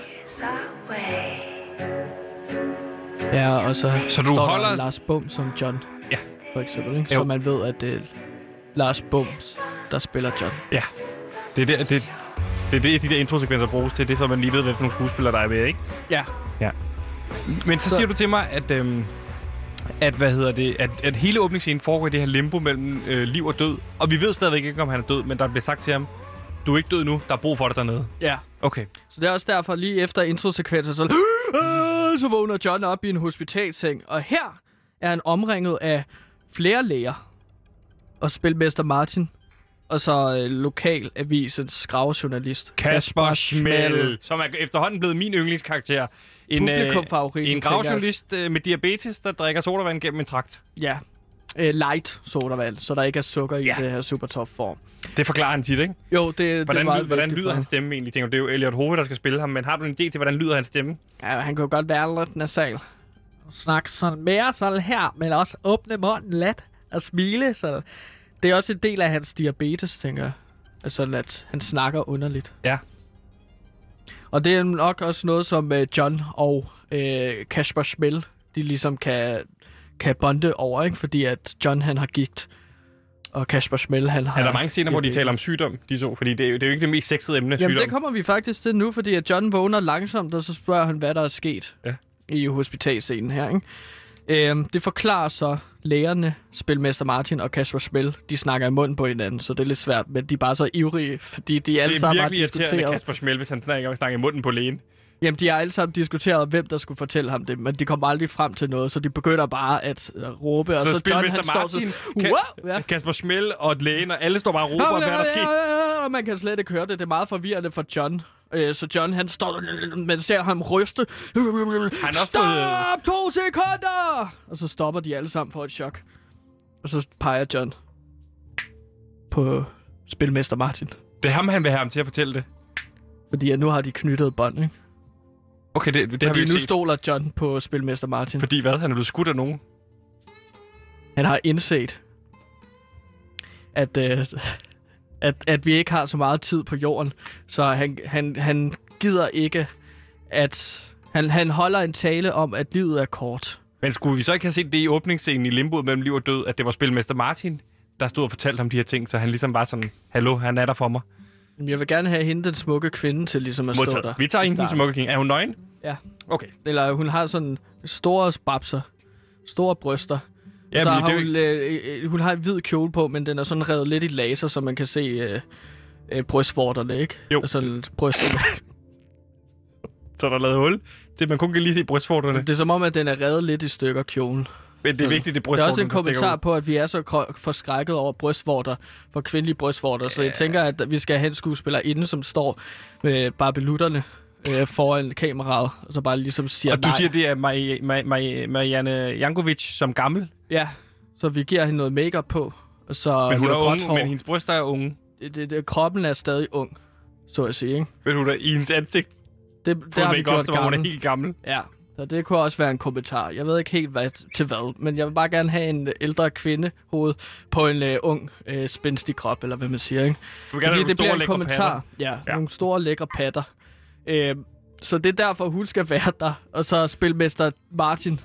Ja, og så, Så du står holder- der Lars Bum som John. Ja. For eksempel, ikke? Jo. Så man ved, at det er Lars Bums, der spiller John. Ja. Det er det, det, det, er det de der introsekvenser bruges til. Det er så, man lige ved, hvad for nogle skuespillere der er ved, ikke? Ja. Ja. Men så, så siger du til mig, at, øhm, at, hvad hedder det, at, at hele åbningsscenen foregår i det her limbo mellem øh, liv og død. Og vi ved stadigvæk ikke, om han er død, men der bliver sagt til ham, du er ikke død nu, der er brug for dig dernede. Ja. Okay. Så det er også derfor, lige efter introsekvensen, så, øh, så vågner John op i en hospitalseng. Og her er han omringet af flere læger. Og spilmester Martin. Og så øh, lokalavisens gravejournalist. Kasper Schmel, som er efterhånden blevet min yndlingskarakter. En, Publikumfavorit. øh, en gravejournalist øh, med diabetes, der drikker sodavand gennem en trakt. Ja. Øh, light sodavand, så der ikke er sukker i Ja. det her super tough form. Det forklarer han tit, ikke? Jo, det, det er Hvordan, meget lyd, hvordan vigtigt lyder for hans ham. stemme egentlig? Tænker du, det er jo Elliot Hove, der skal spille ham, men har du en idé til, hvordan lyder hans stemme? Ja, han kan jo godt være lidt nasal. Snakke sådan mere sådan her, men også åbne munden let og smile. Så det er også en del af hans diabetes, tænker jeg. Altså, at han snakker underligt. Ja. Og det er nok også noget, som uh, John og uh, Kasper Schmel, de ligesom kan, kan bonde over, ikke? Fordi at John, han har gigt, og Kasper Schmel, han har... Er der mange scener, hvor de taler om sygdom, de to? Fordi det er jo, det er jo ikke det mest sexede emne, Jamen, sygdom. det kommer vi faktisk til nu, fordi at John vågner langsomt, og så spørger han, hvad der er sket Ja. i hospitalscenen her, ikke? Øhm, det forklarer så lægerne, spilmester Martin og Kasper Schmel, de snakker i munden på hinanden, så det er lidt svært, men de er bare så ivrige, fordi de alle Det er sammen har virkelig irriterende, diskuteret... Kasper Schmel, hvis han snakker, snakker i munden på lægen. Jamen, de har alle sammen diskuteret, hvem der skulle fortælle ham det, men de kom aldrig frem til noget, så de begynder bare at uh, råbe, og Så, så John, spilmester han står Martin, sådan... Ka- Wow! Ja. Kasper Schmel og lægen, og alle står bare og råber, hvad der er sket. Og man kan slet ikke høre det. Det er meget forvirrende for John. Øh, så John, han står... Man ser ham ryste. Han har Stop! fået... To sekunder! Og så stopper de alle sammen for et chok. Og så peger John på spilmester Martin. Det er ham, han vil have ham til at fortælle det. Fordi nu har de knyttet bånd, ikke? Okay, det, det har vi Fordi ikke nu set. stoler John på spilmester Martin. Fordi hvad? Han er blevet skudt af nogen. Han har indset, at, øh, at, at vi ikke har så meget tid på jorden. Så han, han, han gider ikke, at... Han, han holder en tale om, at livet er kort. Men skulle vi så ikke have set det i åbningsscenen i Limboet mellem liv og død, at det var spilmester Martin, der stod og fortalte ham de her ting, så han ligesom var sådan, hallo, han er der for mig. Men jeg vil gerne have hende, den smukke kvinde, til ligesom at stå Modtaget. der. Vi tager i hende den starten. smukke king. Er hun nøgen? Ja. Okay. Eller hun har sådan store babser. Store bryster. Ja, så men har det er jo hun, øh, øh, hun har en hvid kjole på, men den er sådan revet lidt i laser, så man kan se øh, øh, brystvorterne, ikke? Jo. Altså brysterne. Så er der lavet hul til, man kun kan lige se brystvorterne. Det er som om, at den er revet lidt i stykker, kjolen. Men det er vigtigt, det er Der er brystvorterne, også en der stikker kommentar ud. på, at vi er så krø- forskrækket over brystvorter, for kvindelige brystvorter, så jeg tænker, at vi skal have en skuespiller inde, som står med barbelutterne øh, foran kameraet, og så bare ligesom siger Og du nej. siger, det er Mari- Mari- Mari- Marianne Jankovic som gammel, Ja, så vi giver hende noget makeup på, og så men hun er noget gråt unge, hår. men hendes bryster er unge. Det, det, det, kroppen er stadig ung, så at sige, ikke? Men hun er i hendes ansigt Det, det fået har vi make-up, gjort som om hun er gammel. helt gammel. Ja, så det kunne også være en kommentar. Jeg ved ikke helt hvad, til hvad, men jeg vil bare gerne have en ældre kvindehoved på en uh, ung, uh, spændstig krop, eller hvad man siger, ikke? Du vil gerne have Fordi nogle det store, bliver en lækre kommentar. patter. Ja, Ja. ja, nogle store, lækre patter. Uh, så det er derfor, hun skal være der. Og så spilmester Martin.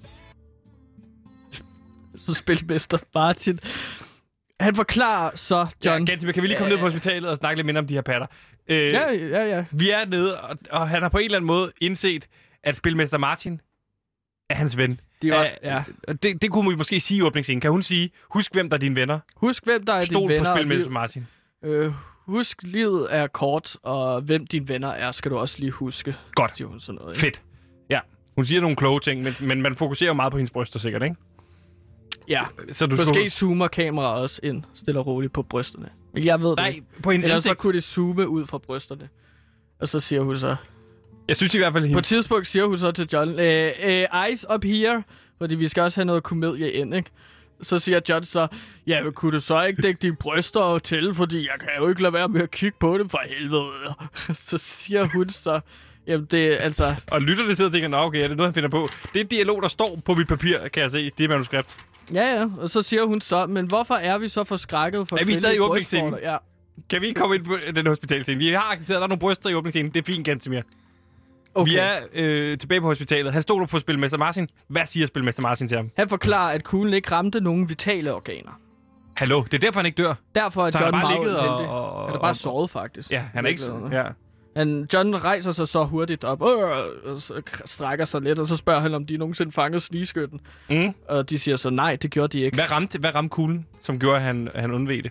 Så spilmester Martin. Han forklarer så John... Ja, Gansimir, kan vi lige komme ned på hospitalet og snakke lidt mindre om de her patter? Øh, Ja, ja, ja. Vi er nede, og, og han har på en eller anden måde indset, at spilmester Martin er hans ven. De var, Øh, ja. det, det kunne vi måske sige i åbningsscenen. Kan hun sige, husk hvem der er dine venner? Husk, hvem der er Stol dine venner. på og spilmester liv. Martin. Øh, husk, livet er kort, og hvem dine venner er, skal du også lige huske. Godt. Siger hun sådan noget, ikke? Fedt. Ja, hun siger nogle kloge ting, men, men man fokuserer jo meget på hendes bryster sikkert, ikke? Ja, så du måske skulle... zoomer kameraet også ind, stille og roligt på brysterne. Men jeg ved Nej, det. på hendes Ellers ansigt. så kunne det zoome ud fra brysterne. Og så siger hun så... Jeg synes i hvert fald... På et tidspunkt siger hun så til John, øh, øh, eyes up here, fordi vi skal også have noget komedie ind, ikke? Så siger John så, ja, men kunne du så ikke dække dine bryster til, fordi jeg kan jo ikke lade være med at kigge på det for helvede. Så siger hun så, jamen det er altså... Og lytterne sidder og tænker, nå okay, er det noget, han finder på? Det er en dialog, der står på mit papir, kan jeg se. Det er manuskript. Ja, ja, og så siger hun så, men hvorfor er vi så forskrækket for... Er vi stadig i åbningsscenen? Ja. Kan vi ikke komme ind på den hospitalscene? Vi har accepteret, at der er nogle bryster i åbningsscenen. Det er fint, Gantemir. Okay. Vi er øh, tilbage på hospitalet. Han stod på Spilmester Martin. Hvad siger Spilmester Martin til ham? Han forklarer, at kuglen ikke ramte nogen vitale organer. Hallo, det er derfor, han ikke dør. Derfor er så John han meget ligget uheldig. og, og, Han er bare sovet, faktisk. Ja, han er ikke... Ja. Han, John rejser sig så hurtigt op, øh, og så strækker sig lidt, og så spørger han, om de nogensinde fangede snigeskytten. Mm. Og de siger så, nej, det gjorde de ikke. Hvad ramte, hvad ramte kuglen, som gjorde, at han, han undveg det?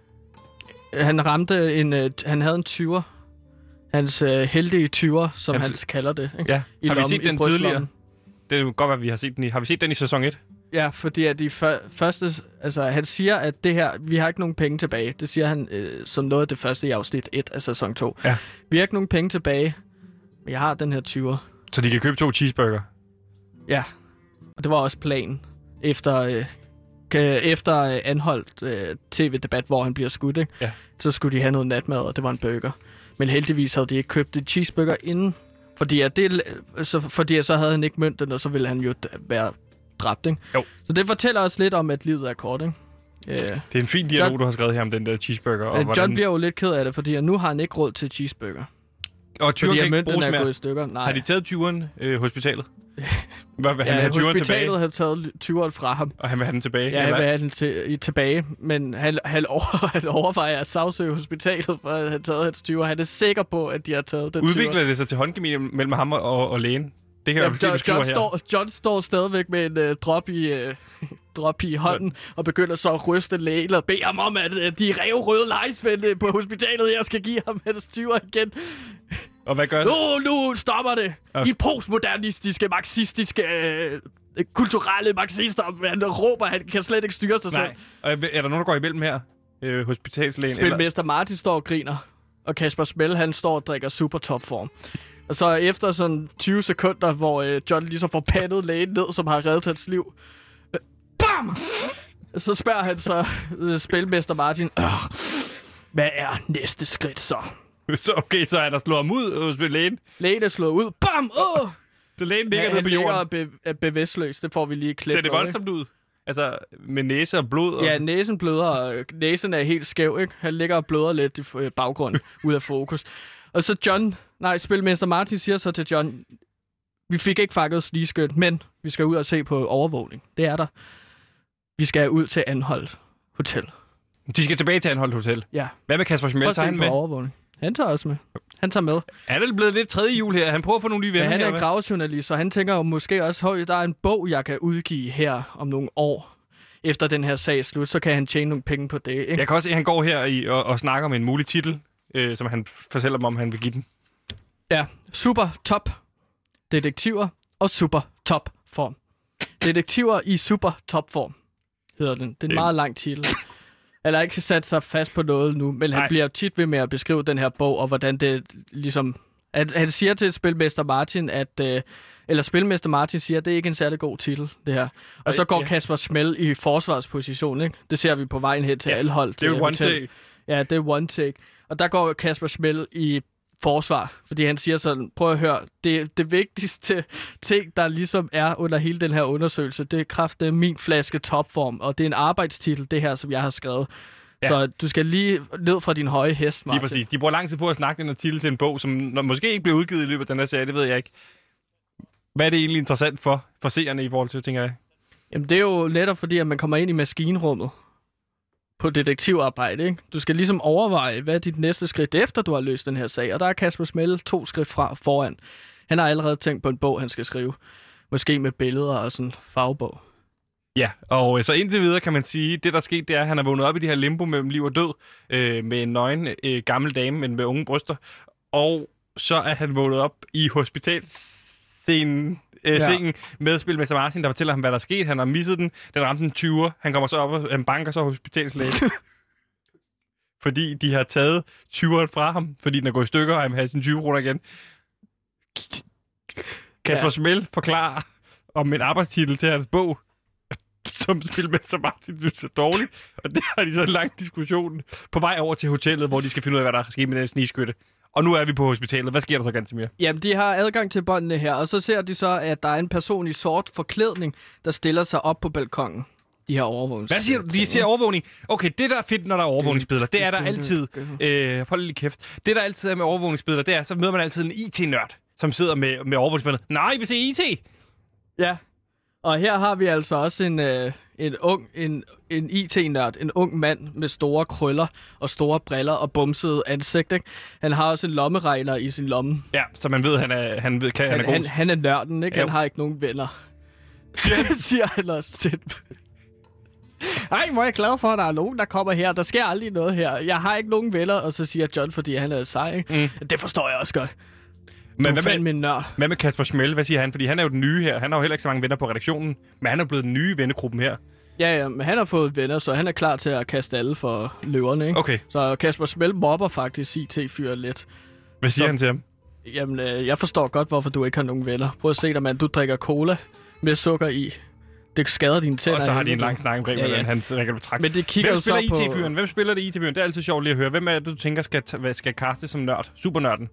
Han ramte en... Øh, han havde en tyver. Hans øh, heldige tyver, som Hans... han kalder det. Ikke? Ja, I har vi lommen, set den tidligere? Det er godt, at vi har set den i. Har vi set den i sæson et? Ja, fordi at de før, første... Altså, han siger, at det her... Vi har ikke nogen penge tilbage. Det siger han øh, som noget af det første i afsnit et af sæson to. Ja. Vi har ikke nogen penge tilbage, men jeg har den her tyver. Så de kan købe to cheeseburger? Ja, og det var også planen. Efter... Øh, efter øh, anholdt øh, tv-debat, hvor han bliver skudt, ikke? Ja. Så skulle de have noget natmad, og det var en burger. Men heldigvis havde de ikke købt et cheeseburger inden, fordi at det, så, fordi at så havde han ikke mønten, og så ville han jo være dræbt, ikke? Jo. Så det fortæller os lidt om, at livet er kort, ikke? Øh, det er en fin dialog, John, du har skrevet her om den der cheeseburger. Og John hvordan... bliver jo lidt ked af det, fordi nu har han ikke råd til cheeseburger. Og tyveren kan ikke bruges er mere. Gået i stykker. Nej. Har de taget tyveren øh, hospitalet? Hvad vil han ja, have tyveren tilbage? Hospitalet havde taget tyveren fra ham. Og han vil have den tilbage? Ja, han vil have den til, i, tilbage, men han, han, over, han overvejer at sagsøge hospitalet, for at have taget hans tyver. Han er sikker på, at de har taget den Udvikler tyver. det sig til håndkemi mellem ham og, og lægen? Det kan ja, jeg John, John, John, står, John står stadigvæk med en uh, drop, i, uh, drop i hånden, ja. Og begynder så at ryste lægen og bede ham om, at uh, de røde lejesvende på hospitalet, jeg skal give ham hans tyver igen. Og hvad gør det? Nu, nu stopper det. Ja. I postmodernistiske, marxistiske, øh, kulturelle marxister. Han råber, han kan slet ikke styre sig Nej. selv. Og er der nogen, der går imellem her? Øh, hospitalslægen? Spilmester Martin står og griner, og Kasper Smell, han står og drikker super top form. Og så efter sådan tyve sekunder, hvor øh, John lige så får pandet lægen ned, som har reddet hans liv. Øh, BAM! Så spørger han så øh, Spilmester Martin, hvad er næste skridt så? Så okay, så er der slået ham ud hos lægen. Lægen er slået ud. Bam! Åh! Så lægen ligger ja, nede på jorden. Han ligger be- bevidstløs. Det får vi lige klippet. Ser det voldsomt ud? Altså, med næse og blod? Og... Ja, næsen bløder, og næsen er helt skæv, ikke? Han ligger og bløder lidt i baggrunden, ud af fokus. Og så John, nej, Spilmester Martin siger så til John, vi fik ikke fanget snigeskyt, men vi skal ud og se på overvågning. Det er der. Vi skal ud til Anholt Hotel. De skal tilbage til Anholt Hotel? Ja. Hvad med Kasper Schmel? Tager han med? Overvågning. Han tager også med. Han tager med. Er det blevet lidt tredje jul her? Han prøver at få nogle nye venner her. Ja, han er en gravjournalist, så han tænker jo måske også, høj, der er en bog, jeg kan udgive her om nogle år. Efter den her sag slut, så kan han tjene nogle penge på det, ikke? Jeg kan også se, at han går her i, og, og snakker om en mulig titel, øh, som han fortæller dem om, han vil give den. Ja, super top detektiver og super top form. Detektiver i super top form, hedder den. Det er en meget lang titel. Han har ikke sat sig fast på noget nu, men han Nej. bliver tit ved med at beskrive den her bog, og hvordan det ligesom... At, han siger til Spilmester Martin, at... Øh, eller Spilmester Martin siger, at det er ikke en særlig god titel, det her. Og, og så går ja. Kasper Schmel i forsvarsposition, ikke? Det ser vi på vejen hen til ja, Anholt. Det er jo one take. Ja, det er one take. Og der går Kasper Schmel i forsvar, fordi han siger sådan, prøv at høre, det, det vigtigste ting, der ligesom er under hele den her undersøgelse, det er kraft af min flaske topform, og det er en arbejdstitel, det her, som jeg har skrevet. Ja. Så du skal lige ned fra din høje hest, Martin. Lige præcis. De bruger lang tid på at snakke den her titel til en bog, som måske ikke bliver udgivet i løbet af den her serie, det ved jeg ikke. Hvad er det egentlig interessant for, for seerne i forhold til, tænker jeg? Jamen, det er jo netop fordi, at man kommer ind i maskinrummet på detektivarbejde, ikke? Du skal ligesom overveje, hvad er dit næste skridt efter, du har løst den her sag. Og der er Kasper Schmel to skridt fra foran. Han har allerede tænkt på en bog, han skal skrive. Måske med billeder og sådan en fagbog. Ja, og øh, så indtil videre kan man sige, det der er sket, det er, at han er vågnet op i det her limbo mellem liv og død, øh, med en nøgen øh, gammel dame, men med unge bryster. Og så er han vågnet op i hospitalsscenen, øh, ja. sengen med spil med Martin, der fortæller ham, hvad der er sket. Han har misset den. Den ramte en tyver. Han kommer så op og han banker så hospitalslægen. fordi de har taget tyveren fra ham, fordi den er gået i stykker, og han vil have sin tyve kroner igen. Kasper ja. Smell forklarer om en arbejdstitel til hans bog, som Spilmester Martin synes er dårligt. Og det har de så en lang diskussion på vej over til hotellet, hvor de skal finde ud af, hvad der er sket med den snigskytte. Og nu er vi på hospitalet. Hvad sker der så, Gantemir? Jamen, de har adgang til båndene her, og så ser de så, at der er en person i sort forklædning, der stiller sig op på balkongen. De her overvågnings... Hvad siger du? De ser overvågning. Okay, det der er fedt, når der er overvågningsbilleder, det er der altid... Øh, hold lige kæft. Det der altid er med overvågningsbilleder, det er, så møder man altid en I T-nørd, som sidder med, med overvågningsbilleder. Nej, vi ser I T! Ja, og her har vi altså også en, øh, en ung, en, en I T-nørd, en ung mand med store krøller og store briller og bumsede ansigt, ikke? Han har også en lommeregner i sin lomme. Ja, så man ved, han er, han ved, kan, han, han er god. Han, han er nørden, ikke? Han har ikke nogen venner. Siger han også til. Ej, hvor er jeg glad for, at der er nogen, der kommer her. Der sker aldrig noget her. Jeg har ikke nogen venner, og så siger John, fordi han er sej, ikke? Mm. Det forstår jeg også godt. Men hvad med, min nørd. Hvad med Kasper Smell? Hvad siger han? Fordi han er jo den nye her. Han har jo heller ikke så mange venner på redaktionen, men han er blevet den nye vennegruppen her. Ja, ja, men han har fået venner, så han er klar til at kaste alle for løverne, ikke? Okay. Så Kasper Smell mobber faktisk I T-fyret lidt. Hvad siger så, han til ham? Jamen, øh, jeg forstår godt, hvorfor du ikke har nogen venner. Prøv at se dig, mand. Du drikker cola med sukker i. Det skader dine tænder. Og så har de en lang snak omkring, ja, ja. hvordan han rækker betragt. Men det kigger Hvem spiller så I T-fyren? På... Hvem spiller det I T-fyren? Det er altid sjovt lige at høre. Hvem er det, du tænker skal, t- skal kaste som nørd? Supernørden?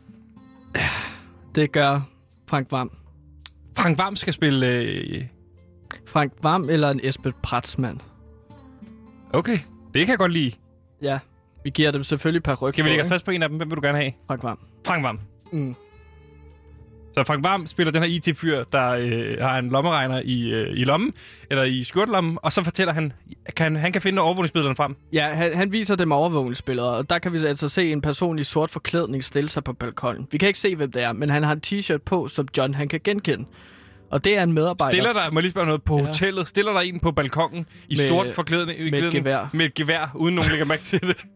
Det gør Frank Hvam. Frank Hvam skal spille... Øh... Frank Hvam eller en Esben Pratsmand. Okay, det kan jeg godt lide. Ja, vi giver dem selvfølgelig par ryg. Skal vi lægge os fast på en af dem? Hvem vil du gerne have? Frank Hvam. Frank Hvam. Mm. Så Frank Hvam spiller den her I T-fyr, der øh, har en lommeregner i, øh, i lommen, eller i skjortelommen, og så fortæller han, kan han kan finde overvågningsbillederne frem. Ja, han, han viser dem overvågningsbilleder, og der kan vi altså se en person i sort forklædning stille sig på balkonen. Vi kan ikke se, hvem det er, men han har en t-shirt på, som John han kan genkende. Og det er en medarbejder. Stiller der, må jeg lige spørge noget, på ja. hotellet, stiller der en på balkongen i med, sort forklædning? Med et gevær. Med et gevær, uden nogen lægger mærke til det.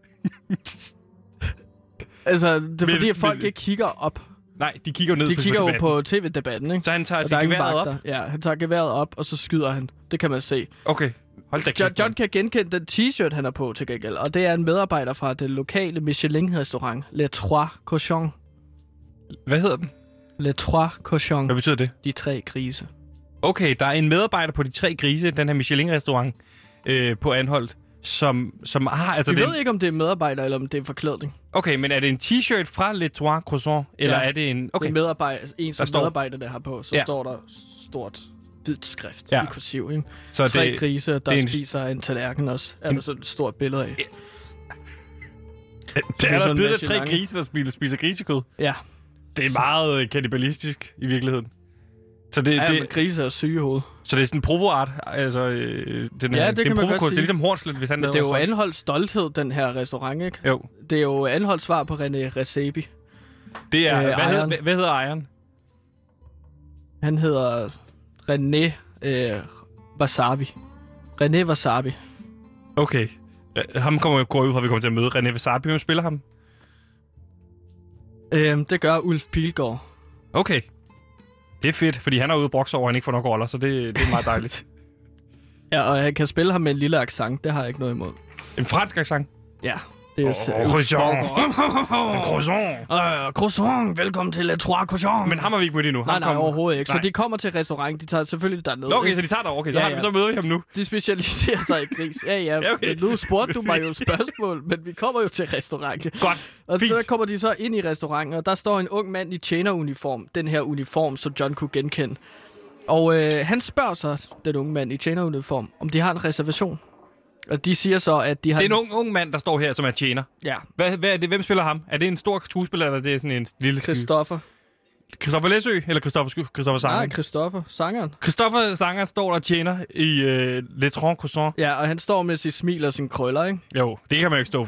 Altså, det er men, fordi, at folk men, ikke kigger op. Nej, de kigger ned de på, kigger på jo på tv-debatten, ikke? Så han tager sit geværet op? Ja, han tager geværet op, og så skyder han. Det kan man se. Okay, hold da kæft. John, John kan genkende den t-shirt, han har på til gengæld, og det er en medarbejder fra det lokale Michelin-restaurant, Le Trois Cochons. Hvad hedder den? Le Trois Cochons. Hvad betyder det? De tre grise. Okay, der er en medarbejder på de tre grise, den her Michelin-restaurant øh, på Anholt, som, som har... Altså vi det ved ikke, om det er medarbejder, eller om det er forklædning. Okay, men er det en t-shirt fra Le Trois Cochons, eller ja, er det en... Okay. Det er medarbejder, en som står... medarbejder, der har på, så ja. står der stort hvidt skrift ja. i kursiv, ikke? Så tre det, grise, der en... spiser en tallerken også. Er der sådan et stort billede af. Ja. Det er der billede af tre grise, der spiser, spiser grisekød. Ja. Det er meget kannibalistisk i virkeligheden. Så det, ja, det, men grise er syge i hovedet. Så det er sådan en provoart, altså øh, den her, ja, det, det kan man godt sige. Det er ligesom Hornslet, hvis han men det er jo Anholts stolthed, den her restaurant, ikke? Jo. Det er jo Anholts svar på René Redzepi. Det er, øh, hvad, hedder, hvad, hvad hedder ejeren? Han hedder René øh, Wasabi. René Wasabi. Okay. Ham kommer går ud fra, at vi kommer til at møde. René Wasabi, hvem spiller ham? Øhm, det gør Ulf Pilgaard. Okay. Det er fedt, fordi han er ude og brokse over, og han ikke får nok roller, så det, det er meget dejligt. Ja, og han kan spille ham med en lille accent, det har jeg ikke noget imod. En fransk accent? Ja. Det er oh, croissant. croissant. Uh, croissant. Velkommen til Le Trois Cochons. Men ham har vi ikke mødt endnu. Nej, nej, overhovedet ikke. Nej. Så de kommer til restaurant. De tager selvfølgelig derned. Okay, ikke? Så de tager der. Okay, så, ja, ja. så møder vi ham nu. De specialiserer sig i gris. Ja, ja. ja okay. Nu spurgte du mig jo spørgsmål, men vi kommer jo til restaurant. Godt. Og fint. så kommer de så ind i restauranten, og der står en ung mand i tjeneruniform. Den her uniform, som John kunne genkende. Og øh, han spørger så, den unge mand i tjeneruniform, om de har en reservation. Og de siger så, at de har... Det er en ung, ung mand, der står her, som er tjener. Ja. Hvad, hvad er det? Hvem spiller ham? Er det en stor skuespiller, eller er det sådan en lille... Christoffer. Christoffer Læsø, eller Christoffer, Christoffer Sangeren? Nej, Christoffer Sangeren. Christoffer Sangeren står der og tjener i øh, Le Trois Cochons. Ja, og han står med sit smil og sin krøller, ikke? Jo, det kan man jo ikke stå for.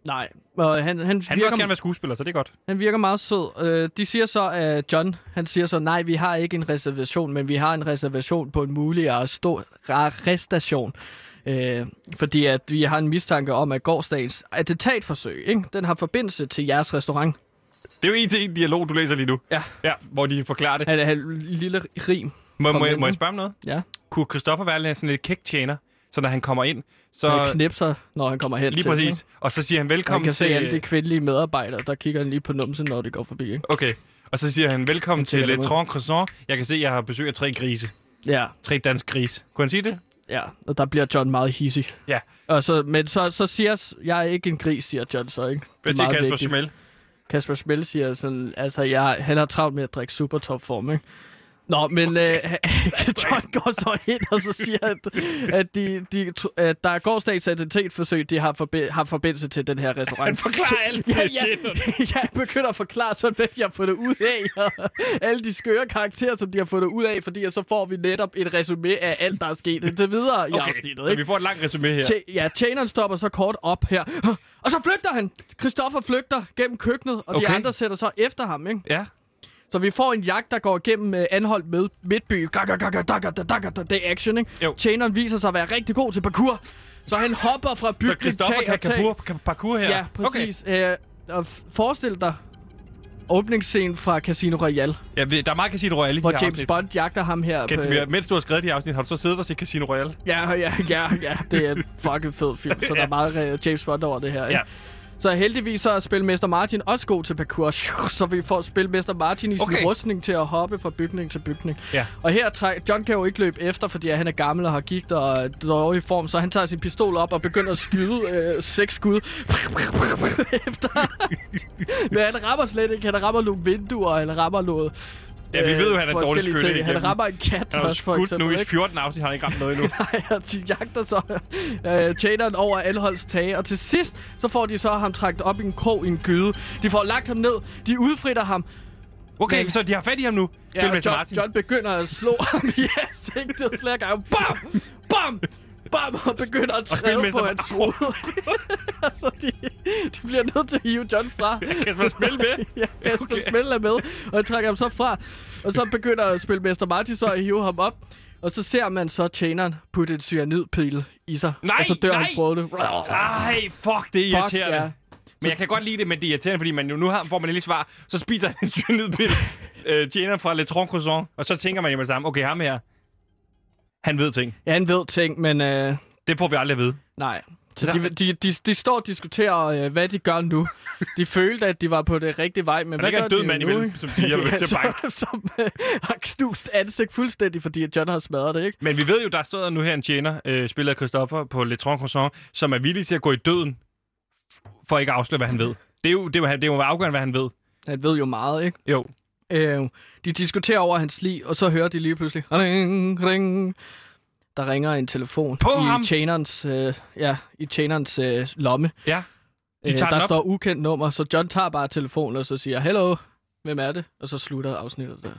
Nej, og han, han, Han vil virker, også gerne være skuespiller, så det er godt. han virker meget sød. Øh, de siger så, at John, han siger så, nej, vi har ikke en reservation, men vi har en reservation på en mulig arrestation. Øh, fordi at vi har en mistanke om, at gårsdagens attentatforsøg, ikke? Den har forbindelse til jeres restaurant. Det er jo en til en dialog, du læser lige nu. Ja. Ja, hvor de forklarer det. Han er en lille rim. Må, må, Kom jeg, ind, må jeg ikke? spørge om noget? Ja. Kunne Christoffer være sådan lidt kæk tjener, så når han kommer ind, så... Han knipser, når han kommer hen Lige til præcis. den, ikke? Og så siger han Man velkommen kan til... se alle de kvindelige medarbejdere, der kigger han lige på numsen, når det går forbi, ikke? Okay. Og så siger han velkommen Han til tænker Le det ud. Tron Croissant. Jeg kan se, at jeg har besøg af tre grise. Ja, Tre dansk gris. Kunne han sige det? ja. Og der bliver John meget hissig. Ja. Og så, men så, så siger jeg er ikke en gris, siger John så, ikke? Hvad Det er siger meget Kasper vigtigt. Schmel? Kasper Schmel siger sådan, altså, jeg, han har travlt med at drikke super top form, ikke? Nå, men okay. øh, John går så ind og så siger, at, at, de, de, at der er gårsdagens attentatforsøg, de har, forbi- har forbindelse til den her restaurant. Han forklarer alt til ja, ja, jeg begynder at forklare sådan, hvad de har fundet ud af, og alle de skøre karakterer, som de har fundet ud af, fordi så får vi netop et resume af alt, der er sket indtil videre i Okay, afsnittet. så Ikke? vi får et langt resume her. Tje- ja, tjeneren stopper så kort op her, og så flygter han. Christoffer flygter gennem køkkenet, og de Okay. andre sætter så efter ham, ikke? Ja. Så vi får en jagt, der går igennem uh, Anholt med Midtby. Gaga, gaga, gaga, gaga, gaga, det er action, ikke? Jo. Tjeneren viser sig at være rigtig god til parkour. Så han hopper fra Så bygning, Christoffer tag kan og tag. parkour, kan parkour her? Ja, præcis. Okay. Uh, og f- forestil dig åbningsscenen fra Casino Royale, Ja, der er meget Casino Royale i hvor de her James afsnit. Bond jagter ham her. Gantemir, mens du har skrevet de her afsnit, har du så siddet og set Casino Royale? Ja, ja, ja, ja, det er en fucking fed film, så der er meget uh, James Bond over det her, ikke? Ja. Så heldigvis så er Spilmester Martin også god til parkour, så vi får Spilmester Martin i sin Okay. rustning til at hoppe fra bygning til bygning. Ja. Og her tager John kan jo ikke løbe efter, fordi han er gammel og har gigt og er dårlig form, så han tager sin pistol op og begynder at skyde øh, seks skud efter. Men han rammer slet ikke. Han rammer nogle vinduer, eller rammer noget. Ja, vi ved jo, at han er en dårlig forskellige skytte ting. Han igennem. rammer en kat Han har også, for skudt eksempel. nu i ikke? fjorten afsnit, har han ikke ramt noget endnu. Nej, og de jagter så øh, tjeneren over Anholts tage, og til sidst, så får de så ham trakt op i en krog i en gyde. De får lagt ham ned, de udfritter ham. Okay, Men- så de har fat i ham nu. Ja, og Spilmester John, Martin. John begynder at slå ham i ansigtet flere gange. Bam! Bam! Bam! Og begynder at træde spilmester på hans hoved. Så de, de bliver nødt til at hive John fra. Kasper Schmel med? Ja, Kasper Okay. Schmel er med, og jeg trækker ham så fra. Og så begynder Spilmester Martin så at hive ham op. Og så ser man så tjeneren putte en cyanidpil i sig. Nej, og så dør nej! han frådende. Ej, fuck, det er irriterende. ja. Men jeg kan godt lide det, men det er irriterende, fordi man jo nu har, får man et svar, så spiser han en cyanidpil, øh, tjener fra Le Tron Croissant, og så tænker man jo med det samme, okay, ham her, han ved ting. Ja, han ved ting, men øh, Det får vi aldrig at vide. nej. Så de, de, de, de står og diskuterer, øh, hvad de gør nu. De følte, at de var på det rigtige vej, men Og der hvad ligger gør en død de mand nu, imellem, ikke? som de hjælper Ja, til at som, banke. som øh, har knust ansigt fuldstændig, fordi John har smadret det, ikke? Men vi ved jo, der står nu her en tjener, øh, spillet af Christoffer på Le Tron Croissant, som er villig til at gå i døden, for ikke at afsløre, hvad han ved. Det er jo, det er jo, det er jo afgørende, hvad han ved. Han ved jo meget, ikke? Jo. Øh, de diskuterer over hans lig, og så hører de lige pludselig... Ring, ring. Der ringer en telefon På i ham? tjenerens, øh, ja, i tjenerens øh, lomme. Ja. De Øh, tager der den op. står ukendt nummer, så John tager bare telefonen og så siger, hello, hvem er det? Og så slutter afsnittet der.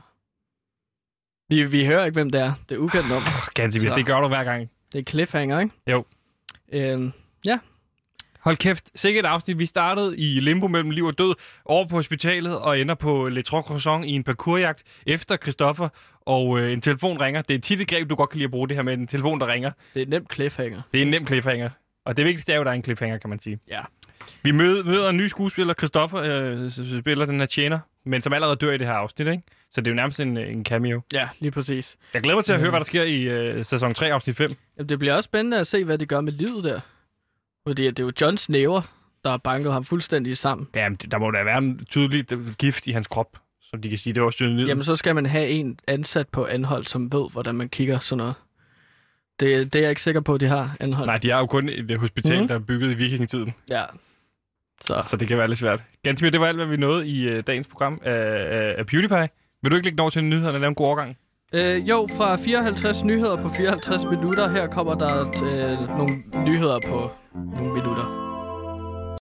Vi, vi hører ikke, hvem det er. Det er ukendt nummer. Ganske Så. vildt. Det gør du hver gang. Det er cliffhanger, ikke? Jo. Øhm, ja. Hold kæft, sikkert et afsnit. Vi startede i limbo mellem liv og død over på hospitalet og ender på Le Tron Croissant i en parkourjagt efter Christoffer, og øh, en telefon ringer. Det er tit et greb, du godt kan lide at bruge det her med en telefon, der ringer. Det er nemt cliffhanger. Det er en nem cliffhanger. Og det vigtigste er jo, at der er en cliffhanger, kan man sige. Ja. Vi møder, møder en ny skuespiller, Christoffer, øh, spiller den her tjener, men som allerede dør i det her afsnit, ikke? Så det er jo nærmest en, en cameo. Ja, lige præcis. Jeg glæder mig til at høre, hvad der sker i øh, sæson tre, afsnit fem. Jamen, det bliver også spændende at se, hvad de gør med livet der. Fordi det er jo Johns næver, der har banket ham fuldstændig sammen. Jamen, der må da være en tydelig gift i hans krop, som de kan sige. Det var synligt. Jamen, så skal man have en ansat på Anholt, som ved, hvordan man kigger sådan noget. Det, det er jeg ikke sikker på, at de har Anholt. Nej, de er jo kun et hospital, Mhm. mm. der er bygget i vikingetiden. Ja. Så. Så det kan være lidt svært. Ganske mere, det var alt, hvad vi nåede i øh, dagens program af, af, af PewDiePie. Vil du ikke lægge over til nyhederne og lave en god overgang? Øh, jo, fra fireoghalvtreds nyheder på fireoghalvtreds minutter. Her kommer der øh, nogle nyheder på nogle minutter.